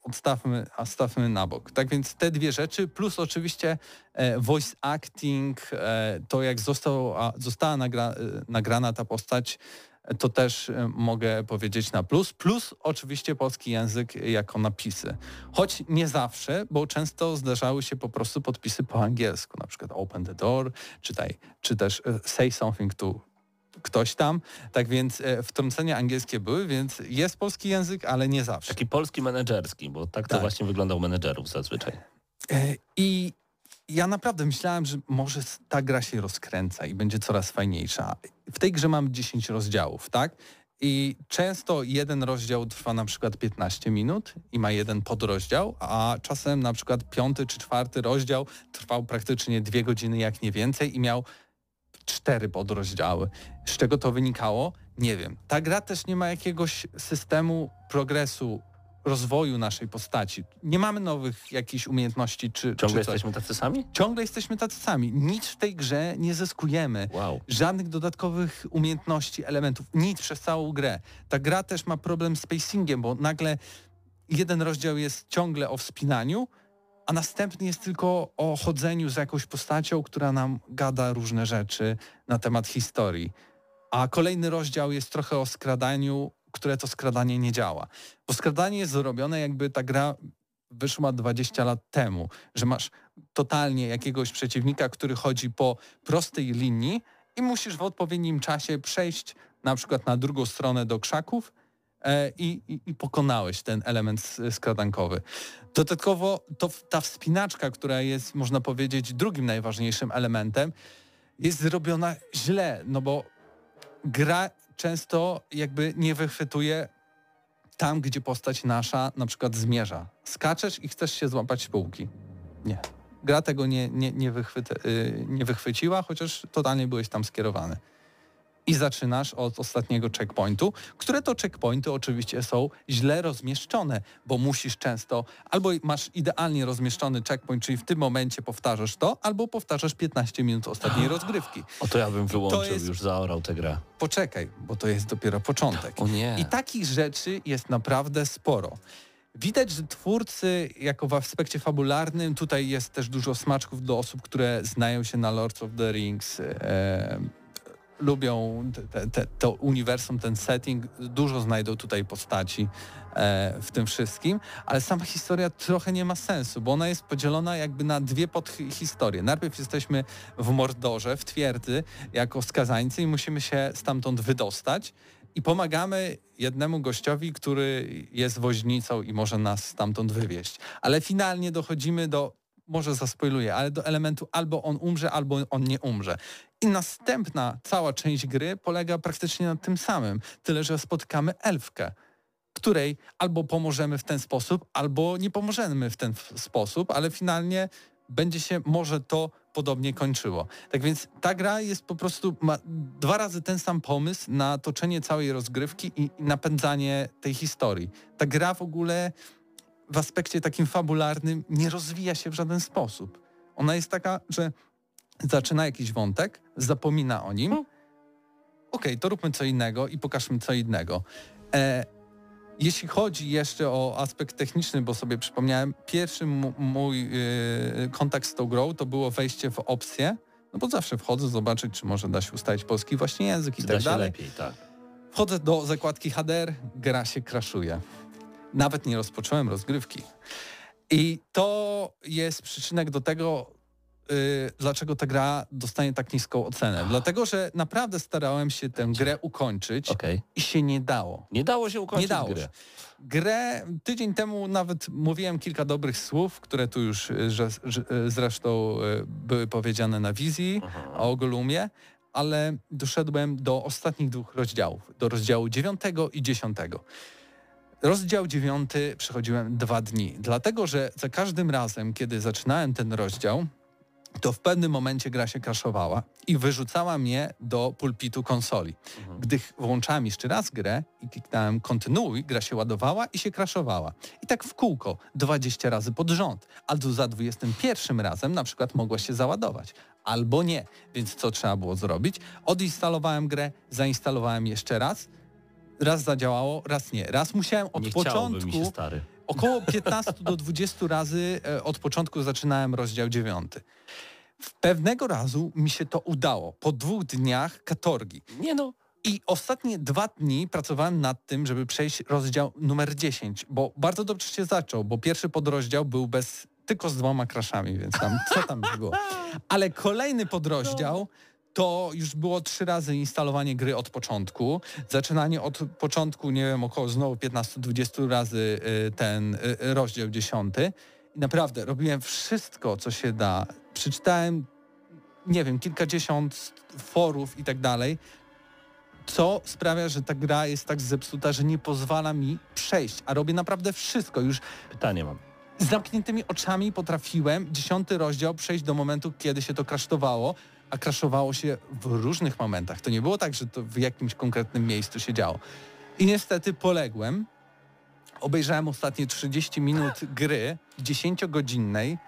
odstawmy, a stawmy na bok. Tak więc te dwie rzeczy, plus oczywiście e, voice acting, e, to jak został, a, została nagra, e, nagrana ta postać, e, to też e, mogę powiedzieć na plus. Plus oczywiście polski język jako napisy. Choć nie zawsze, bo często zdarzały się po prostu podpisy po angielsku, na przykład open the door, czytaj, czy też e, say something to ktoś tam, tak więc e, wtrącenia angielskie były, więc jest polski język, ale nie zawsze. Taki polski menedżerski, bo tak to Tak. właśnie wygląda u menedżerów zazwyczaj. E, I ja naprawdę myślałem, że może ta gra się rozkręca i będzie coraz fajniejsza. W tej grze mamy dziesięć rozdziałów, tak? I często jeden rozdział trwa na przykład piętnaście minut i ma jeden podrozdział, a czasem na przykład piąty czy czwarty rozdział trwał praktycznie dwie godziny, jak nie więcej i miał cztery podrozdziały. Z czego to wynikało? Nie wiem. Ta gra też nie ma jakiegoś systemu progresu, rozwoju naszej postaci. Nie mamy nowych jakichś umiejętności czy Ciągle czy coś. jesteśmy tacy sami? Ciągle jesteśmy tacy sami. Nic w tej grze nie zyskujemy. Wow. Żadnych dodatkowych umiejętności, elementów. Nic przez całą grę. Ta gra też ma problem z pacingiem, bo nagle jeden rozdział jest ciągle o wspinaniu, a następny jest tylko o chodzeniu z jakąś postacią, która nam gada różne rzeczy na temat historii. A kolejny rozdział jest trochę o skradaniu, które to skradanie nie działa. Bo skradanie jest zrobione, jakby ta gra wyszła dwadzieścia lat temu, że masz totalnie jakiegoś przeciwnika, który chodzi po prostej linii i musisz w odpowiednim czasie przejść na przykład na drugą stronę do krzaków e, i, i, i pokonałeś ten element skradankowy. Dodatkowo to ta wspinaczka, która jest, można powiedzieć, drugim najważniejszym elementem, jest zrobiona źle, no bo gra często jakby nie wychwytuje tam, gdzie postać nasza na przykład zmierza. Skaczesz i chcesz się złapać półki. Nie. Gra tego nie, nie, nie, wychwyt, yy, nie wychwyciła, chociaż totalnie byłeś tam skierowany. I zaczynasz od ostatniego checkpointu, które to checkpointy oczywiście są źle rozmieszczone, bo musisz często, albo masz idealnie rozmieszczony checkpoint, czyli w tym momencie powtarzasz to, albo powtarzasz piętnaście minut ostatniej rozgrywki. O to ja bym wyłączył, jest- już zaorał tę grę. Poczekaj, bo to jest dopiero początek. O nie. I takich rzeczy jest naprawdę sporo. Widać, że twórcy jako w aspekcie fabularnym, tutaj jest też dużo smaczków do osób, które znają się na Lord of the Rings, e, lubią te, te, to uniwersum, ten setting, dużo znajdą tutaj postaci e, w tym wszystkim, ale sama historia trochę nie ma sensu, bo ona jest podzielona jakby na dwie podhistorie. Najpierw jesteśmy w Mordorze, w twierdzy, jako skazańcy i musimy się stamtąd wydostać i pomagamy jednemu gościowi, który jest woźnicą i może nas stamtąd wywieźć. Ale finalnie dochodzimy do, może zaspoiluję, ale do elementu albo on umrze, albo on nie umrze. I następna cała część gry polega praktycznie na tym samym, tyle że spotykamy elfkę, której albo pomożemy w ten sposób, albo nie pomożemy w ten sposób, ale finalnie będzie się może to podobnie kończyło. Tak więc ta gra jest po prostu, ma dwa razy ten sam pomysł na toczenie całej rozgrywki i, i napędzanie tej historii. Ta gra w ogóle w aspekcie takim fabularnym nie rozwija się w żaden sposób. Ona jest taka, że zaczyna jakiś wątek, zapomina o nim, okej, okay, to róbmy co innego i pokażmy co innego. E, jeśli chodzi jeszcze o aspekt techniczny, bo sobie przypomniałem, pierwszy m- mój yy, kontakt z tą grą to było wejście w opcje, no bo zawsze wchodzę zobaczyć, czy może da się ustalić polski właśnie język i Da tak się dalej. lepiej, tak. Wchodzę do zakładki H D R, gra się crashuje. Nawet nie rozpocząłem rozgrywki. I to jest przyczynek do tego, yy, dlaczego ta gra dostaje tak niską ocenę. Dlatego, że naprawdę starałem się tę grę ukończyć Okej. i się nie dało. Nie dało się ukończyć Nie dało gry. się. Grę tydzień temu nawet mówiłem kilka dobrych słów, które tu już y, że, że, y, zresztą y, były powiedziane na wizji o Golumie, ale doszedłem do ostatnich dwóch rozdziałów, do rozdziału dziewiątego i dziesiątego. Rozdział dziewiąty przechodziłem dwa dni, dlatego że za każdym razem, kiedy zaczynałem ten rozdział, to w pewnym momencie gra się crashowała i wyrzucała mnie do pulpitu konsoli. Mhm. Gdy włączałem jeszcze raz grę i kliknąłem kontynuuj, gra się ładowała i się crashowała. I tak w kółko, dwadzieścia razy pod rząd. Albo za dwudziestym pierwszym razem na przykład mogła się załadować. Albo nie. Więc co trzeba było zrobić? Odinstalowałem grę, zainstalowałem jeszcze raz. Raz zadziałało, raz nie. Raz musiałem od Nie chciałoby mi początku się, stary. Około piętnaście do dwudziestu razy e, od początku zaczynałem rozdział dziewiąty. W pewnego razu mi się to udało. Po dwóch dniach katorgi. Nie no. I ostatnie dwa dni pracowałem nad tym, żeby przejść rozdział numer dziesięć, bo bardzo dobrze się zaczął, bo pierwszy podrozdział był bez, tylko z dwoma crashami, więc tam, co tam było. Ale kolejny podrozdział to już było trzy razy instalowanie gry od początku, zaczynanie od początku, nie wiem, około znowu piętnaście do dwudziestu razy ten rozdział dziesiąty. I naprawdę robiłem wszystko, co się da. Przeczytałem, nie wiem, kilkadziesiąt forów i tak dalej, co sprawia, że ta gra jest tak zepsuta, że nie pozwala mi przejść, a robię naprawdę wszystko. Już Pytanie mam. z zamkniętymi oczami potrafiłem dziesiąty rozdział przejść do momentu, kiedy się to krasztowało, a kraszowało się w różnych momentach. To nie było tak, że to w jakimś konkretnym miejscu się działo. I niestety poległem. Obejrzałem ostatnie trzydzieści minut gry dziesięciogodzinnej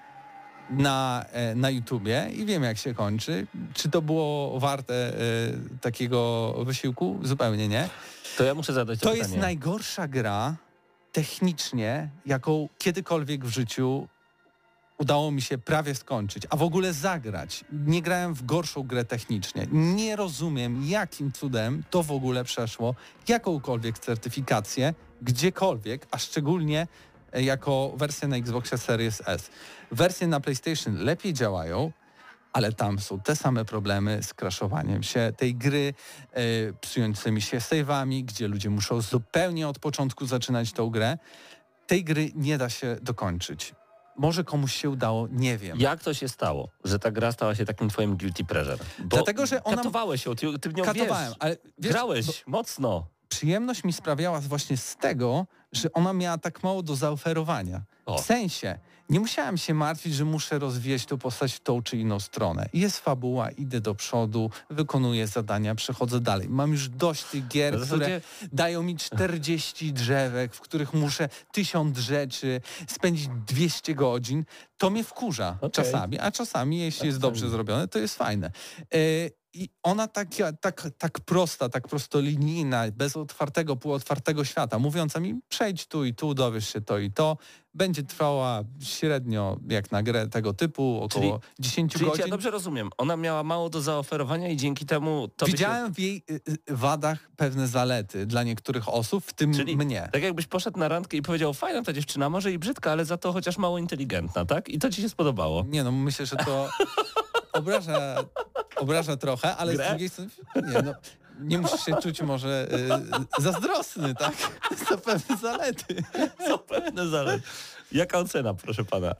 na, na YouTubie i wiem, jak się kończy. Czy to było warte e, takiego wysiłku? Zupełnie nie. To ja muszę zadać to, To pytanie. jest najgorsza gra technicznie, jaką kiedykolwiek w życiu udało mi się prawie skończyć, a w ogóle zagrać. Nie grałem w gorszą grę technicznie. Nie rozumiem, jakim cudem to w ogóle przeszło jakąkolwiek certyfikację, gdziekolwiek, a szczególnie jako wersja na Xboxie Series S. Wersje na PlayStation lepiej działają, ale tam są te same problemy z crashowaniem się tej gry, yy, psującymi się save'ami, gdzie ludzie muszą zupełnie od początku zaczynać tą grę. Tej gry nie da się dokończyć. Może komuś się udało, nie wiem. Jak to się stało, że ta gra stała się takim twoim guilty pleasure? Bo Dlatego, że ona... katowałeś ją, ty, ty w nią Katowałem, wiesz. ale wiesz, Grałeś bo mocno. przyjemność mi sprawiała właśnie z tego, że ona miała tak mało do zaoferowania. O. W sensie, nie musiałem się martwić, że muszę rozwijać tą postać w tą czy inną stronę. Jest fabuła, idę do przodu, wykonuję zadania, przechodzę dalej. Mam już dość tych gier, W zasadzie- które dają mi czterdzieści drzewek, w których muszę tysiąc rzeczy, spędzić dwieście godzin. To mnie wkurza Okej. czasami, a czasami, jeśli jest dobrze zrobione, to jest fajne. Yy, I ona taka, tak, tak prosta, tak prostolinijna, bez otwartego, półotwartego świata, mówiąca mi przejdź tu i tu, dowiesz się to i to, będzie trwała średnio jak na grę tego typu, około dziesięć Czyli godzin. ja dobrze rozumiem, ona miała mało do zaoferowania i dzięki temu to Widziałem w jej y, y, wadach pewne zalety dla niektórych osób, w tym Czyli mnie. tak jakbyś poszedł na randkę i powiedział, fajna ta dziewczyna, może i brzydka, ale za to chociaż mało inteligentna, tak? I to ci się spodobało. Nie no, myślę, że to obraża, obraża trochę, ale Grę? z drugiej strony nie, no, nie musisz się czuć może y, zazdrosny, tak? Za pewne zalety. Są pewne zalety. Jaka ocena, proszę pana?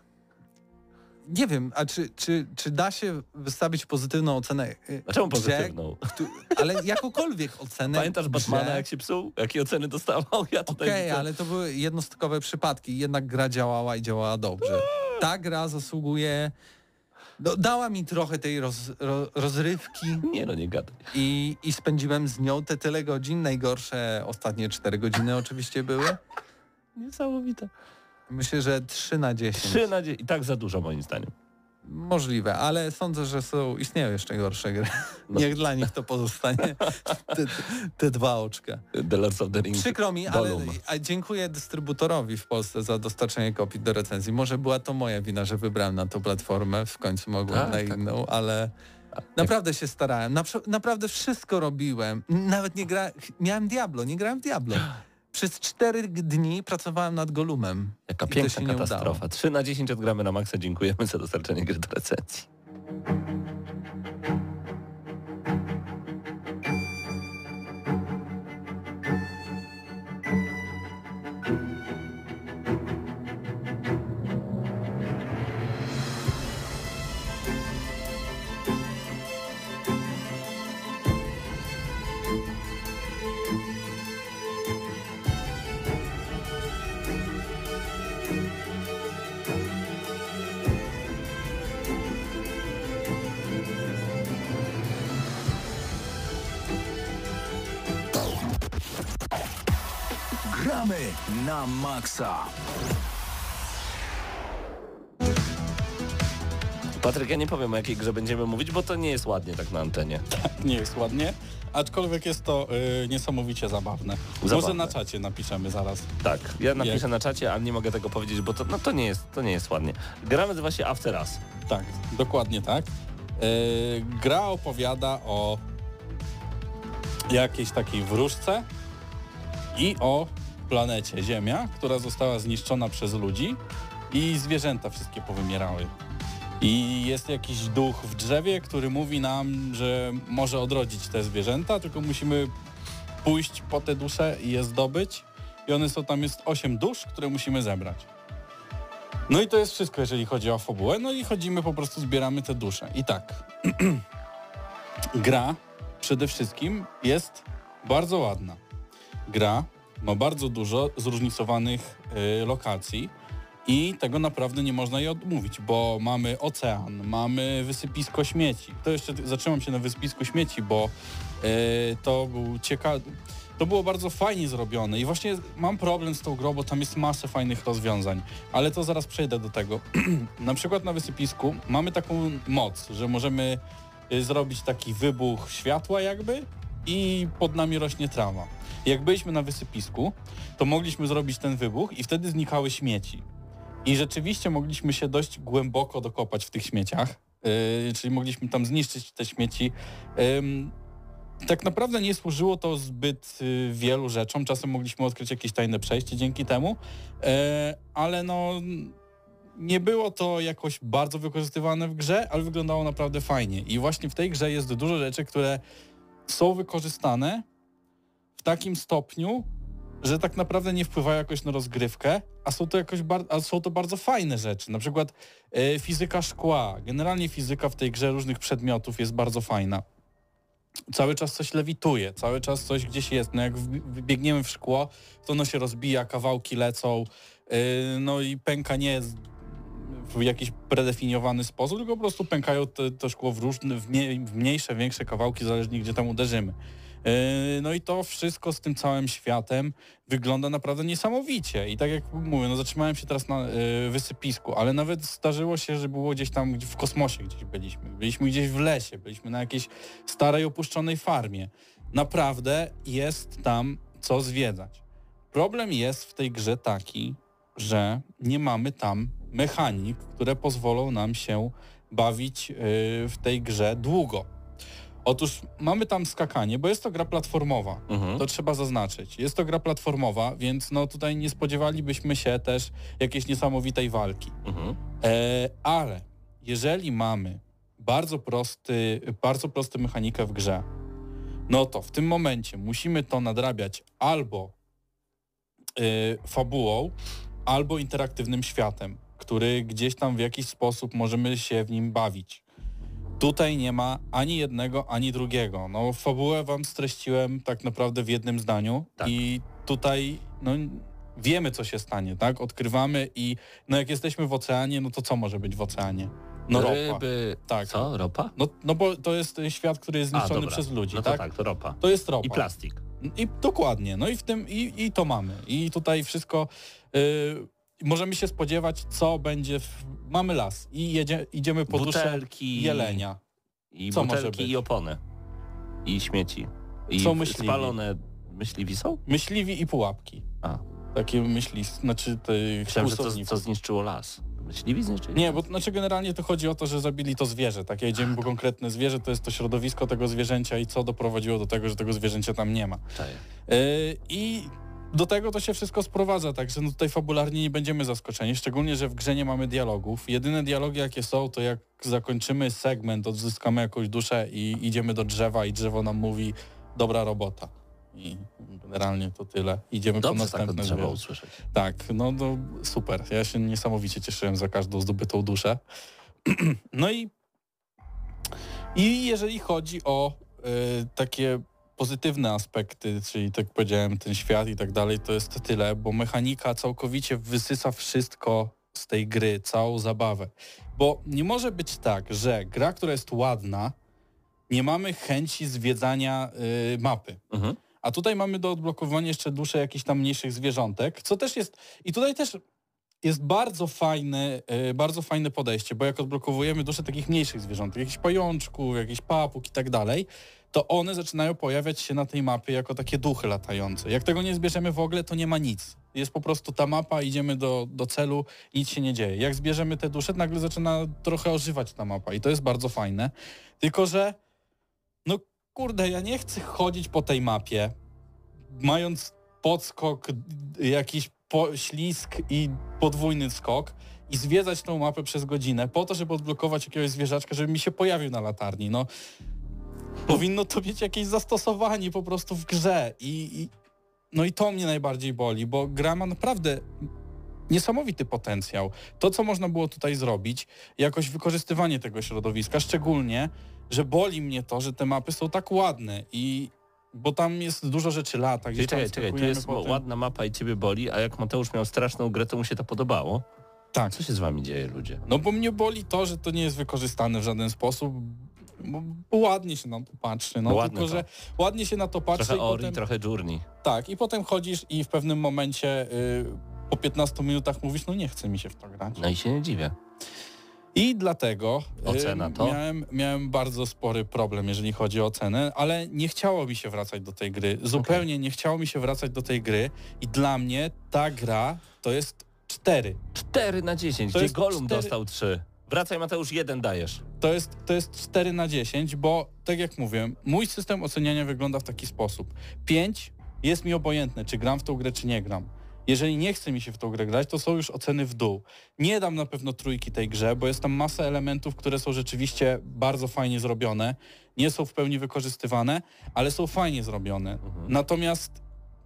Nie wiem, a czy, czy, czy da się wystawić pozytywną ocenę? y, Dlaczego grze, pozytywną? któ- ale jakąkolwiek ocenę. Pamiętasz grze? Batmana, jak się psuł? Jakie oceny dostawał? Ja tutaj Okej, widzę- ale to były jednostkowe przypadki. Jednak gra działała i działała dobrze. Ta gra zasługuje... No, dała mi trochę tej roz, ro, rozrywki Nie no, nie gadaj. i, i spędziłem z nią te tyle godzin. Najgorsze ostatnie cztery godziny oczywiście były. Niesamowite. Myślę, że trzy na dziesięć. Trzy na dzie- i tak za dużo moim zdaniem. Możliwe, ale sądzę, że są, istnieją jeszcze gorsze gry. No. Niech dla nich to pozostanie. Te, te, te dwa oczka. The Lords of the Rings. Przykro mi, ale Gollum. a dziękuję dystrybutorowi w Polsce za dostarczenie kopii do recenzji. Może była to moja wina, że wybrałem na tą platformę, w końcu mogłem Tak, na tak. inną, ale naprawdę się starałem. Napr- naprawdę wszystko robiłem. Nawet nie grałem, miałem Diablo, nie grałem w Diablo. Przez cztery dni pracowałem nad Gollumem. Jaka I to piękna się nie katastrofa. udało. trzy na dziesięć odgramy na maksa. Dziękujemy za dostarczenie gry do recenzji. Gramy na maksa. Patryk, ja nie powiem, o jakiej grze będziemy mówić, bo to nie jest ładnie tak na antenie. Nie jest ładnie, aczkolwiek jest to y, niesamowicie zabawne. Zabawne. Może na czacie napiszemy zaraz. Tak, ja napiszę Jak? na czacie, ale nie mogę tego powiedzieć, bo to, no, to, nie, jest, to nie jest ładnie. Gra nazywa się After Us. Tak, dokładnie tak. Y, gra opowiada o jakiejś takiej wróżce i o planecie Ziemia, która została zniszczona przez ludzi i zwierzęta wszystkie powymierały. I jest jakiś duch w drzewie, który mówi nam, że może odrodzić te zwierzęta, tylko musimy pójść po te dusze i je zdobyć. I one są, tam jest osiem dusz, które musimy zebrać. No i to jest wszystko, jeżeli chodzi o fabułę. No i chodzimy, po prostu zbieramy te dusze. I tak, gra przede wszystkim jest bardzo ładna. Gra ma bardzo dużo zróżnicowanych y, lokacji i tego naprawdę nie można jej odmówić, bo mamy ocean, mamy wysypisko śmieci. To jeszcze zatrzymam się na wysypisku śmieci, bo y, to był ciekawy... To było bardzo fajnie zrobione i właśnie mam problem z tą grą, bo tam jest masę fajnych rozwiązań, ale to zaraz przejdę do tego. Na przykład na wysypisku mamy taką moc, że możemy y, zrobić taki wybuch światła jakby i pod nami rośnie trawa. Jak byliśmy na wysypisku, to mogliśmy zrobić ten wybuch i wtedy znikały śmieci. I rzeczywiście mogliśmy się dość głęboko dokopać w tych śmieciach, yy, czyli mogliśmy tam zniszczyć te śmieci. Yy, tak naprawdę nie służyło to zbyt yy, wielu rzeczom, czasem mogliśmy odkryć jakieś tajne przejście dzięki temu, yy, ale no nie było to jakoś bardzo wykorzystywane w grze, ale wyglądało naprawdę fajnie. I właśnie w tej grze jest dużo rzeczy, które są wykorzystane w takim stopniu, że tak naprawdę nie wpływają jakoś na rozgrywkę, a są to jakoś bar- a są to bardzo fajne rzeczy. Na przykład e, fizyka szkła. Generalnie fizyka w tej grze różnych przedmiotów jest bardzo fajna. Cały czas coś lewituje, cały czas coś gdzieś jest. No jak wbiegniemy w szkło, to ono się rozbija, kawałki lecą, e, no i pęka nie jest w jakiś predefiniowany sposób, tylko po prostu pękają te, to szkło w różne, w, mniej, w mniejsze, większe kawałki, zależnie gdzie tam uderzymy. No i to wszystko z tym całym światem wygląda naprawdę niesamowicie. I tak jak mówię, no zatrzymałem się teraz na y, wysypisku, ale nawet zdarzyło się, że było gdzieś tam w kosmosie gdzieś byliśmy. Byliśmy gdzieś w lesie, byliśmy na jakiejś starej, opuszczonej farmie. Naprawdę jest tam co zwiedzać. Problem jest w tej grze taki, że nie mamy tam mechanik, które pozwolą nam się bawić y, w tej grze długo. Otóż mamy tam skakanie, bo jest to gra platformowa, mhm. to trzeba zaznaczyć. Jest to gra platformowa, więc no tutaj nie spodziewalibyśmy się też jakiejś niesamowitej walki. Mhm. E, ale jeżeli mamy bardzo prosty, bardzo prostą mechanikę w grze, no to w tym momencie musimy to nadrabiać albo y, fabułą, albo interaktywnym światem, który gdzieś tam w jakiś sposób możemy się w nim bawić. Tutaj nie ma ani jednego, ani drugiego. No fabułę wam streściłem tak naprawdę w jednym zdaniu tak. I tutaj no, wiemy, co się stanie, tak? Odkrywamy i no jak jesteśmy w oceanie, no to co może być w oceanie? No ryby. Ropa. Tak. Co? Ropa? No, no bo to jest świat, który jest zniszczony A, przez ludzi, no to tak? tak, to ropa. To jest ropa. I plastik. I dokładnie. No i w tym, i, i to mamy. I tutaj wszystko... Yy, możemy się spodziewać, co będzie... W... Mamy las i jedzie, idziemy po butelki, duszę jelenia. I co butelki może być? I opony. I śmieci. I są myśliwi. Spalone myśliwi są? Myśliwi i pułapki. A. Takie myśli, znaczy te Myślałem, że to, co zniszczyło las. Myśliwi zniszczyli? Nie, bo znaczy generalnie to chodzi o to, że zabili to zwierzę. Tak, jedziemy po konkretne zwierzę, to jest to środowisko tego zwierzęcia i co doprowadziło do tego, że tego zwierzęcia tam nie ma. Yy, I do tego to się wszystko sprowadza, także no tutaj fabularnie nie będziemy zaskoczeni, szczególnie, że w grze nie mamy dialogów. Jedyne dialogi, jakie są, to jak zakończymy segment, odzyskamy jakąś duszę i idziemy do drzewa i drzewo nam mówi dobra robota. I generalnie to tyle. Idziemy Dobrze po następne tak drzewo. usłyszeć. Tak, no, no super. Ja się niesamowicie cieszyłem za każdą zdobytą duszę. No i, i jeżeli chodzi o y, takie pozytywne aspekty, czyli tak powiedziałem, ten świat i tak dalej, to jest tyle, bo mechanika całkowicie wysysa wszystko z tej gry, całą zabawę. Bo nie może być tak, że gra, która jest ładna, nie mamy chęci zwiedzania y, mapy. Mhm. A tutaj mamy do odblokowania jeszcze dusze jakichś tam mniejszych zwierzątek, co też jest... I tutaj też jest bardzo fajne, yy, bardzo fajne podejście, bo jak odblokowujemy duszę takich mniejszych zwierząt, jakichś pajączków, jakichś papug i tak dalej, to one zaczynają pojawiać się na tej mapie jako takie duchy latające. Jak tego nie zbierzemy w ogóle, to nie ma nic. Jest po prostu ta mapa, idziemy do, do celu, nic się nie dzieje. Jak zbierzemy te dusze, nagle zaczyna trochę ożywać ta mapa i to jest bardzo fajne. Tylko że, no kurde, ja nie chcę chodzić po tej mapie, mając podskok, jakiś poślizg i podwójny skok i zwiedzać tą mapę przez godzinę po to, żeby odblokować jakiegoś zwierzaczka, żeby mi się pojawił na latarni. No, powinno to mieć jakieś zastosowanie po prostu w grze i, i no i to mnie najbardziej boli, bo gra ma naprawdę niesamowity potencjał. To, co można było tutaj zrobić, jakoś wykorzystywanie tego środowiska, szczególnie, że boli mnie to, że te mapy są tak ładne i bo tam jest dużo rzeczy lata. Czyli czekaj, czekaj, tu jest potem... ładna mapa i ciebie boli, a jak Mateusz miał straszną grę, to mu się to podobało? Tak. Co się z wami dzieje, ludzie? No bo mnie boli to, że to nie jest wykorzystane w żaden sposób, bo, bo ładnie się na to patrzy, no tylko, to. że ładnie się na to patrzy. Trochę i Ori, potem, trochę Journey. Tak, i potem chodzisz i w pewnym momencie y, po piętnastu minutach mówisz, no nie chce mi się w to grać. No i się nie dziwię. I dlatego Ocena to? Miałem, miałem bardzo spory problem, jeżeli chodzi o cenę, ale nie chciało mi się wracać do tej gry. Zupełnie okay. nie chciało mi się wracać do tej gry i dla mnie ta gra to jest cztery. cztery na dziesięć, to gdzie Golum cztery... dostał trzy. Wracaj Mateusz, jeden dajesz. To jest, to jest cztery na dziesięć, bo tak jak mówię, mój system oceniania wygląda w taki sposób. pięć jest mi obojętne, czy gram w tą grę, czy nie gram. Jeżeli nie chce mi się w tą grę grać, to są już oceny w dół. Nie dam na pewno trójki tej grze, bo jest tam masa elementów, które są rzeczywiście bardzo fajnie zrobione. Nie są w pełni wykorzystywane, ale są fajnie zrobione. Mhm. Natomiast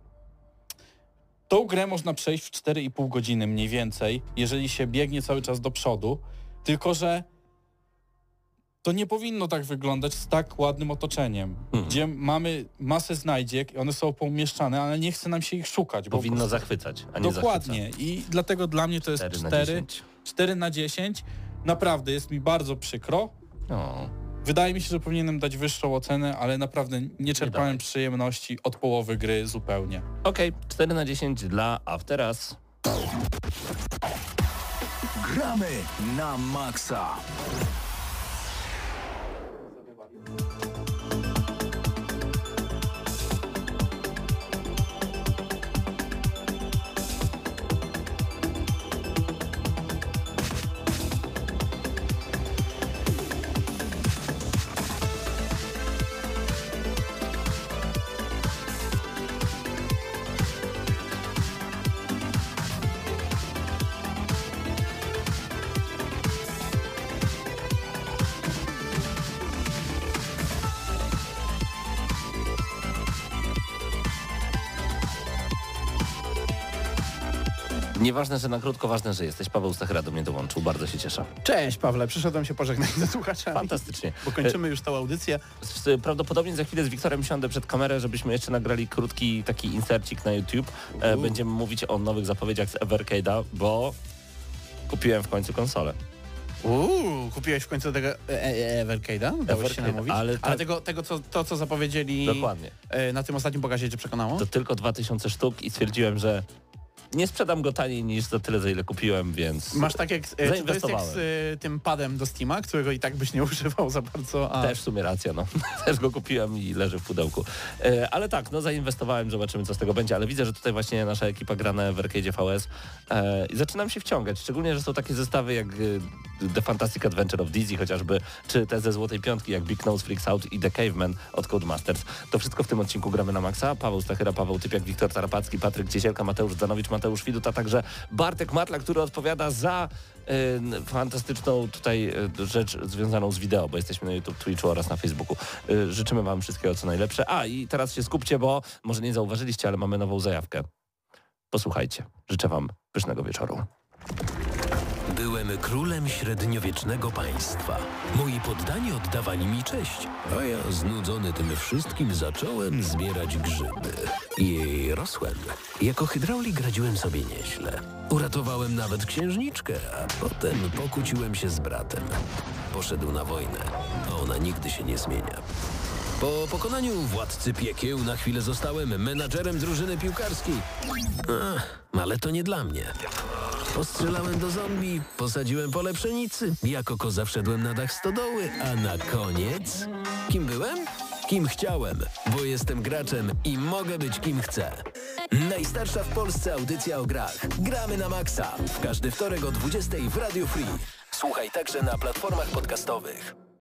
tą grę można przejść w cztery i pół godziny mniej więcej, jeżeli się biegnie cały czas do przodu, tylko że to nie powinno tak wyglądać z tak ładnym otoczeniem, hmm. gdzie mamy masę znajdziek i one są poumieszczane, ale nie chce nam się ich szukać. Bo powinno zachwycać, a nie dokładnie. Zachwyca. I dlatego dla mnie to jest cztery na dziesięć. Naprawdę jest mi bardzo przykro. O. Wydaje mi się, że powinienem dać wyższą ocenę, ale naprawdę nie czerpałem nie przyjemności od połowy gry zupełnie. Okej, okay, cztery na dziesięć dla After Us. Gramy na maksa. Nieważne, że na krótko, ważne, że jesteś. Paweł Stachera do mnie dołączył. Bardzo się cieszę. Cześć Pawle, przyszedłem się pożegnać ze słuchaczami. Fantastycznie. Bo kończymy już tą audycję. Prawdopodobnie za chwilę z Wiktorem siądę przed kamerę, żebyśmy jeszcze nagrali krótki taki insercik na YouTube. Uuu. Będziemy mówić o nowych zapowiedziach z Evercade'a, bo kupiłem w końcu konsolę. Uuu, kupiłeś w końcu tego Evercade'a? Dało się namówić? Ale, tak. ale tego, tego co, to, co zapowiedzieli Dokładnie. na tym ostatnim pokazie cię przekonało? To tylko dwa tysiące sztuk i stwierdziłem, że nie sprzedam go taniej niż za tyle, za ile kupiłem, więc masz tak jak, czy to jest jak z y, tym padem do Steama, którego i tak byś nie używał za bardzo. A... Też w sumie racja, no. Też go kupiłem i leży w pudełku. E, ale tak, no zainwestowałem, zobaczymy co z tego będzie, ale widzę, że tutaj właśnie nasza ekipa gra na Evercade'zie V S e, i zaczynam się wciągać, szczególnie, że są takie zestawy jak The Fantastic Adventure of Dizzy chociażby, czy te ze Złotej Piątki jak Big Nose Freaks Out i The Caveman od Codemasters. To wszystko w tym odcinku Gramy na Maxa. Paweł Stachyra, Paweł Typiak, Wiktor Tarapacki, Patryk Ciesielka, Mateusz Zanowicz, Mateusz Widut, a także Bartek Matla, który odpowiada za y, fantastyczną tutaj y, rzecz związaną z wideo, bo jesteśmy na YouTube, Twitchu oraz na Facebooku. Y, życzymy wam wszystkiego co najlepsze. A i teraz się skupcie, bo może nie zauważyliście, ale mamy nową zajawkę. Posłuchajcie. Życzę wam pysznego wieczoru. Byłem królem średniowiecznego państwa. Moi poddani oddawali mi cześć, a ja znudzony tym wszystkim zacząłem zbierać grzyby. I rosłem. Jako hydraulik radziłem sobie nieźle. Uratowałem nawet księżniczkę, a potem pokłóciłem się z bratem. Poszedł na wojnę, a ona nigdy się nie zmienia. Po pokonaniu władcy piekieł na chwilę zostałem menadżerem drużyny piłkarskiej. Ach, ale to nie dla mnie. Postrzelałem do zombie, posadziłem pole pszenicy, jako koza wszedłem na dach stodoły, a na koniec... Kim byłem? Kim chciałem, bo jestem graczem i mogę być kim chcę. Najstarsza w Polsce audycja o grach. Gramy na maksa. W każdy wtorek o dwudziestej w Radio Free. Słuchaj także na platformach podcastowych.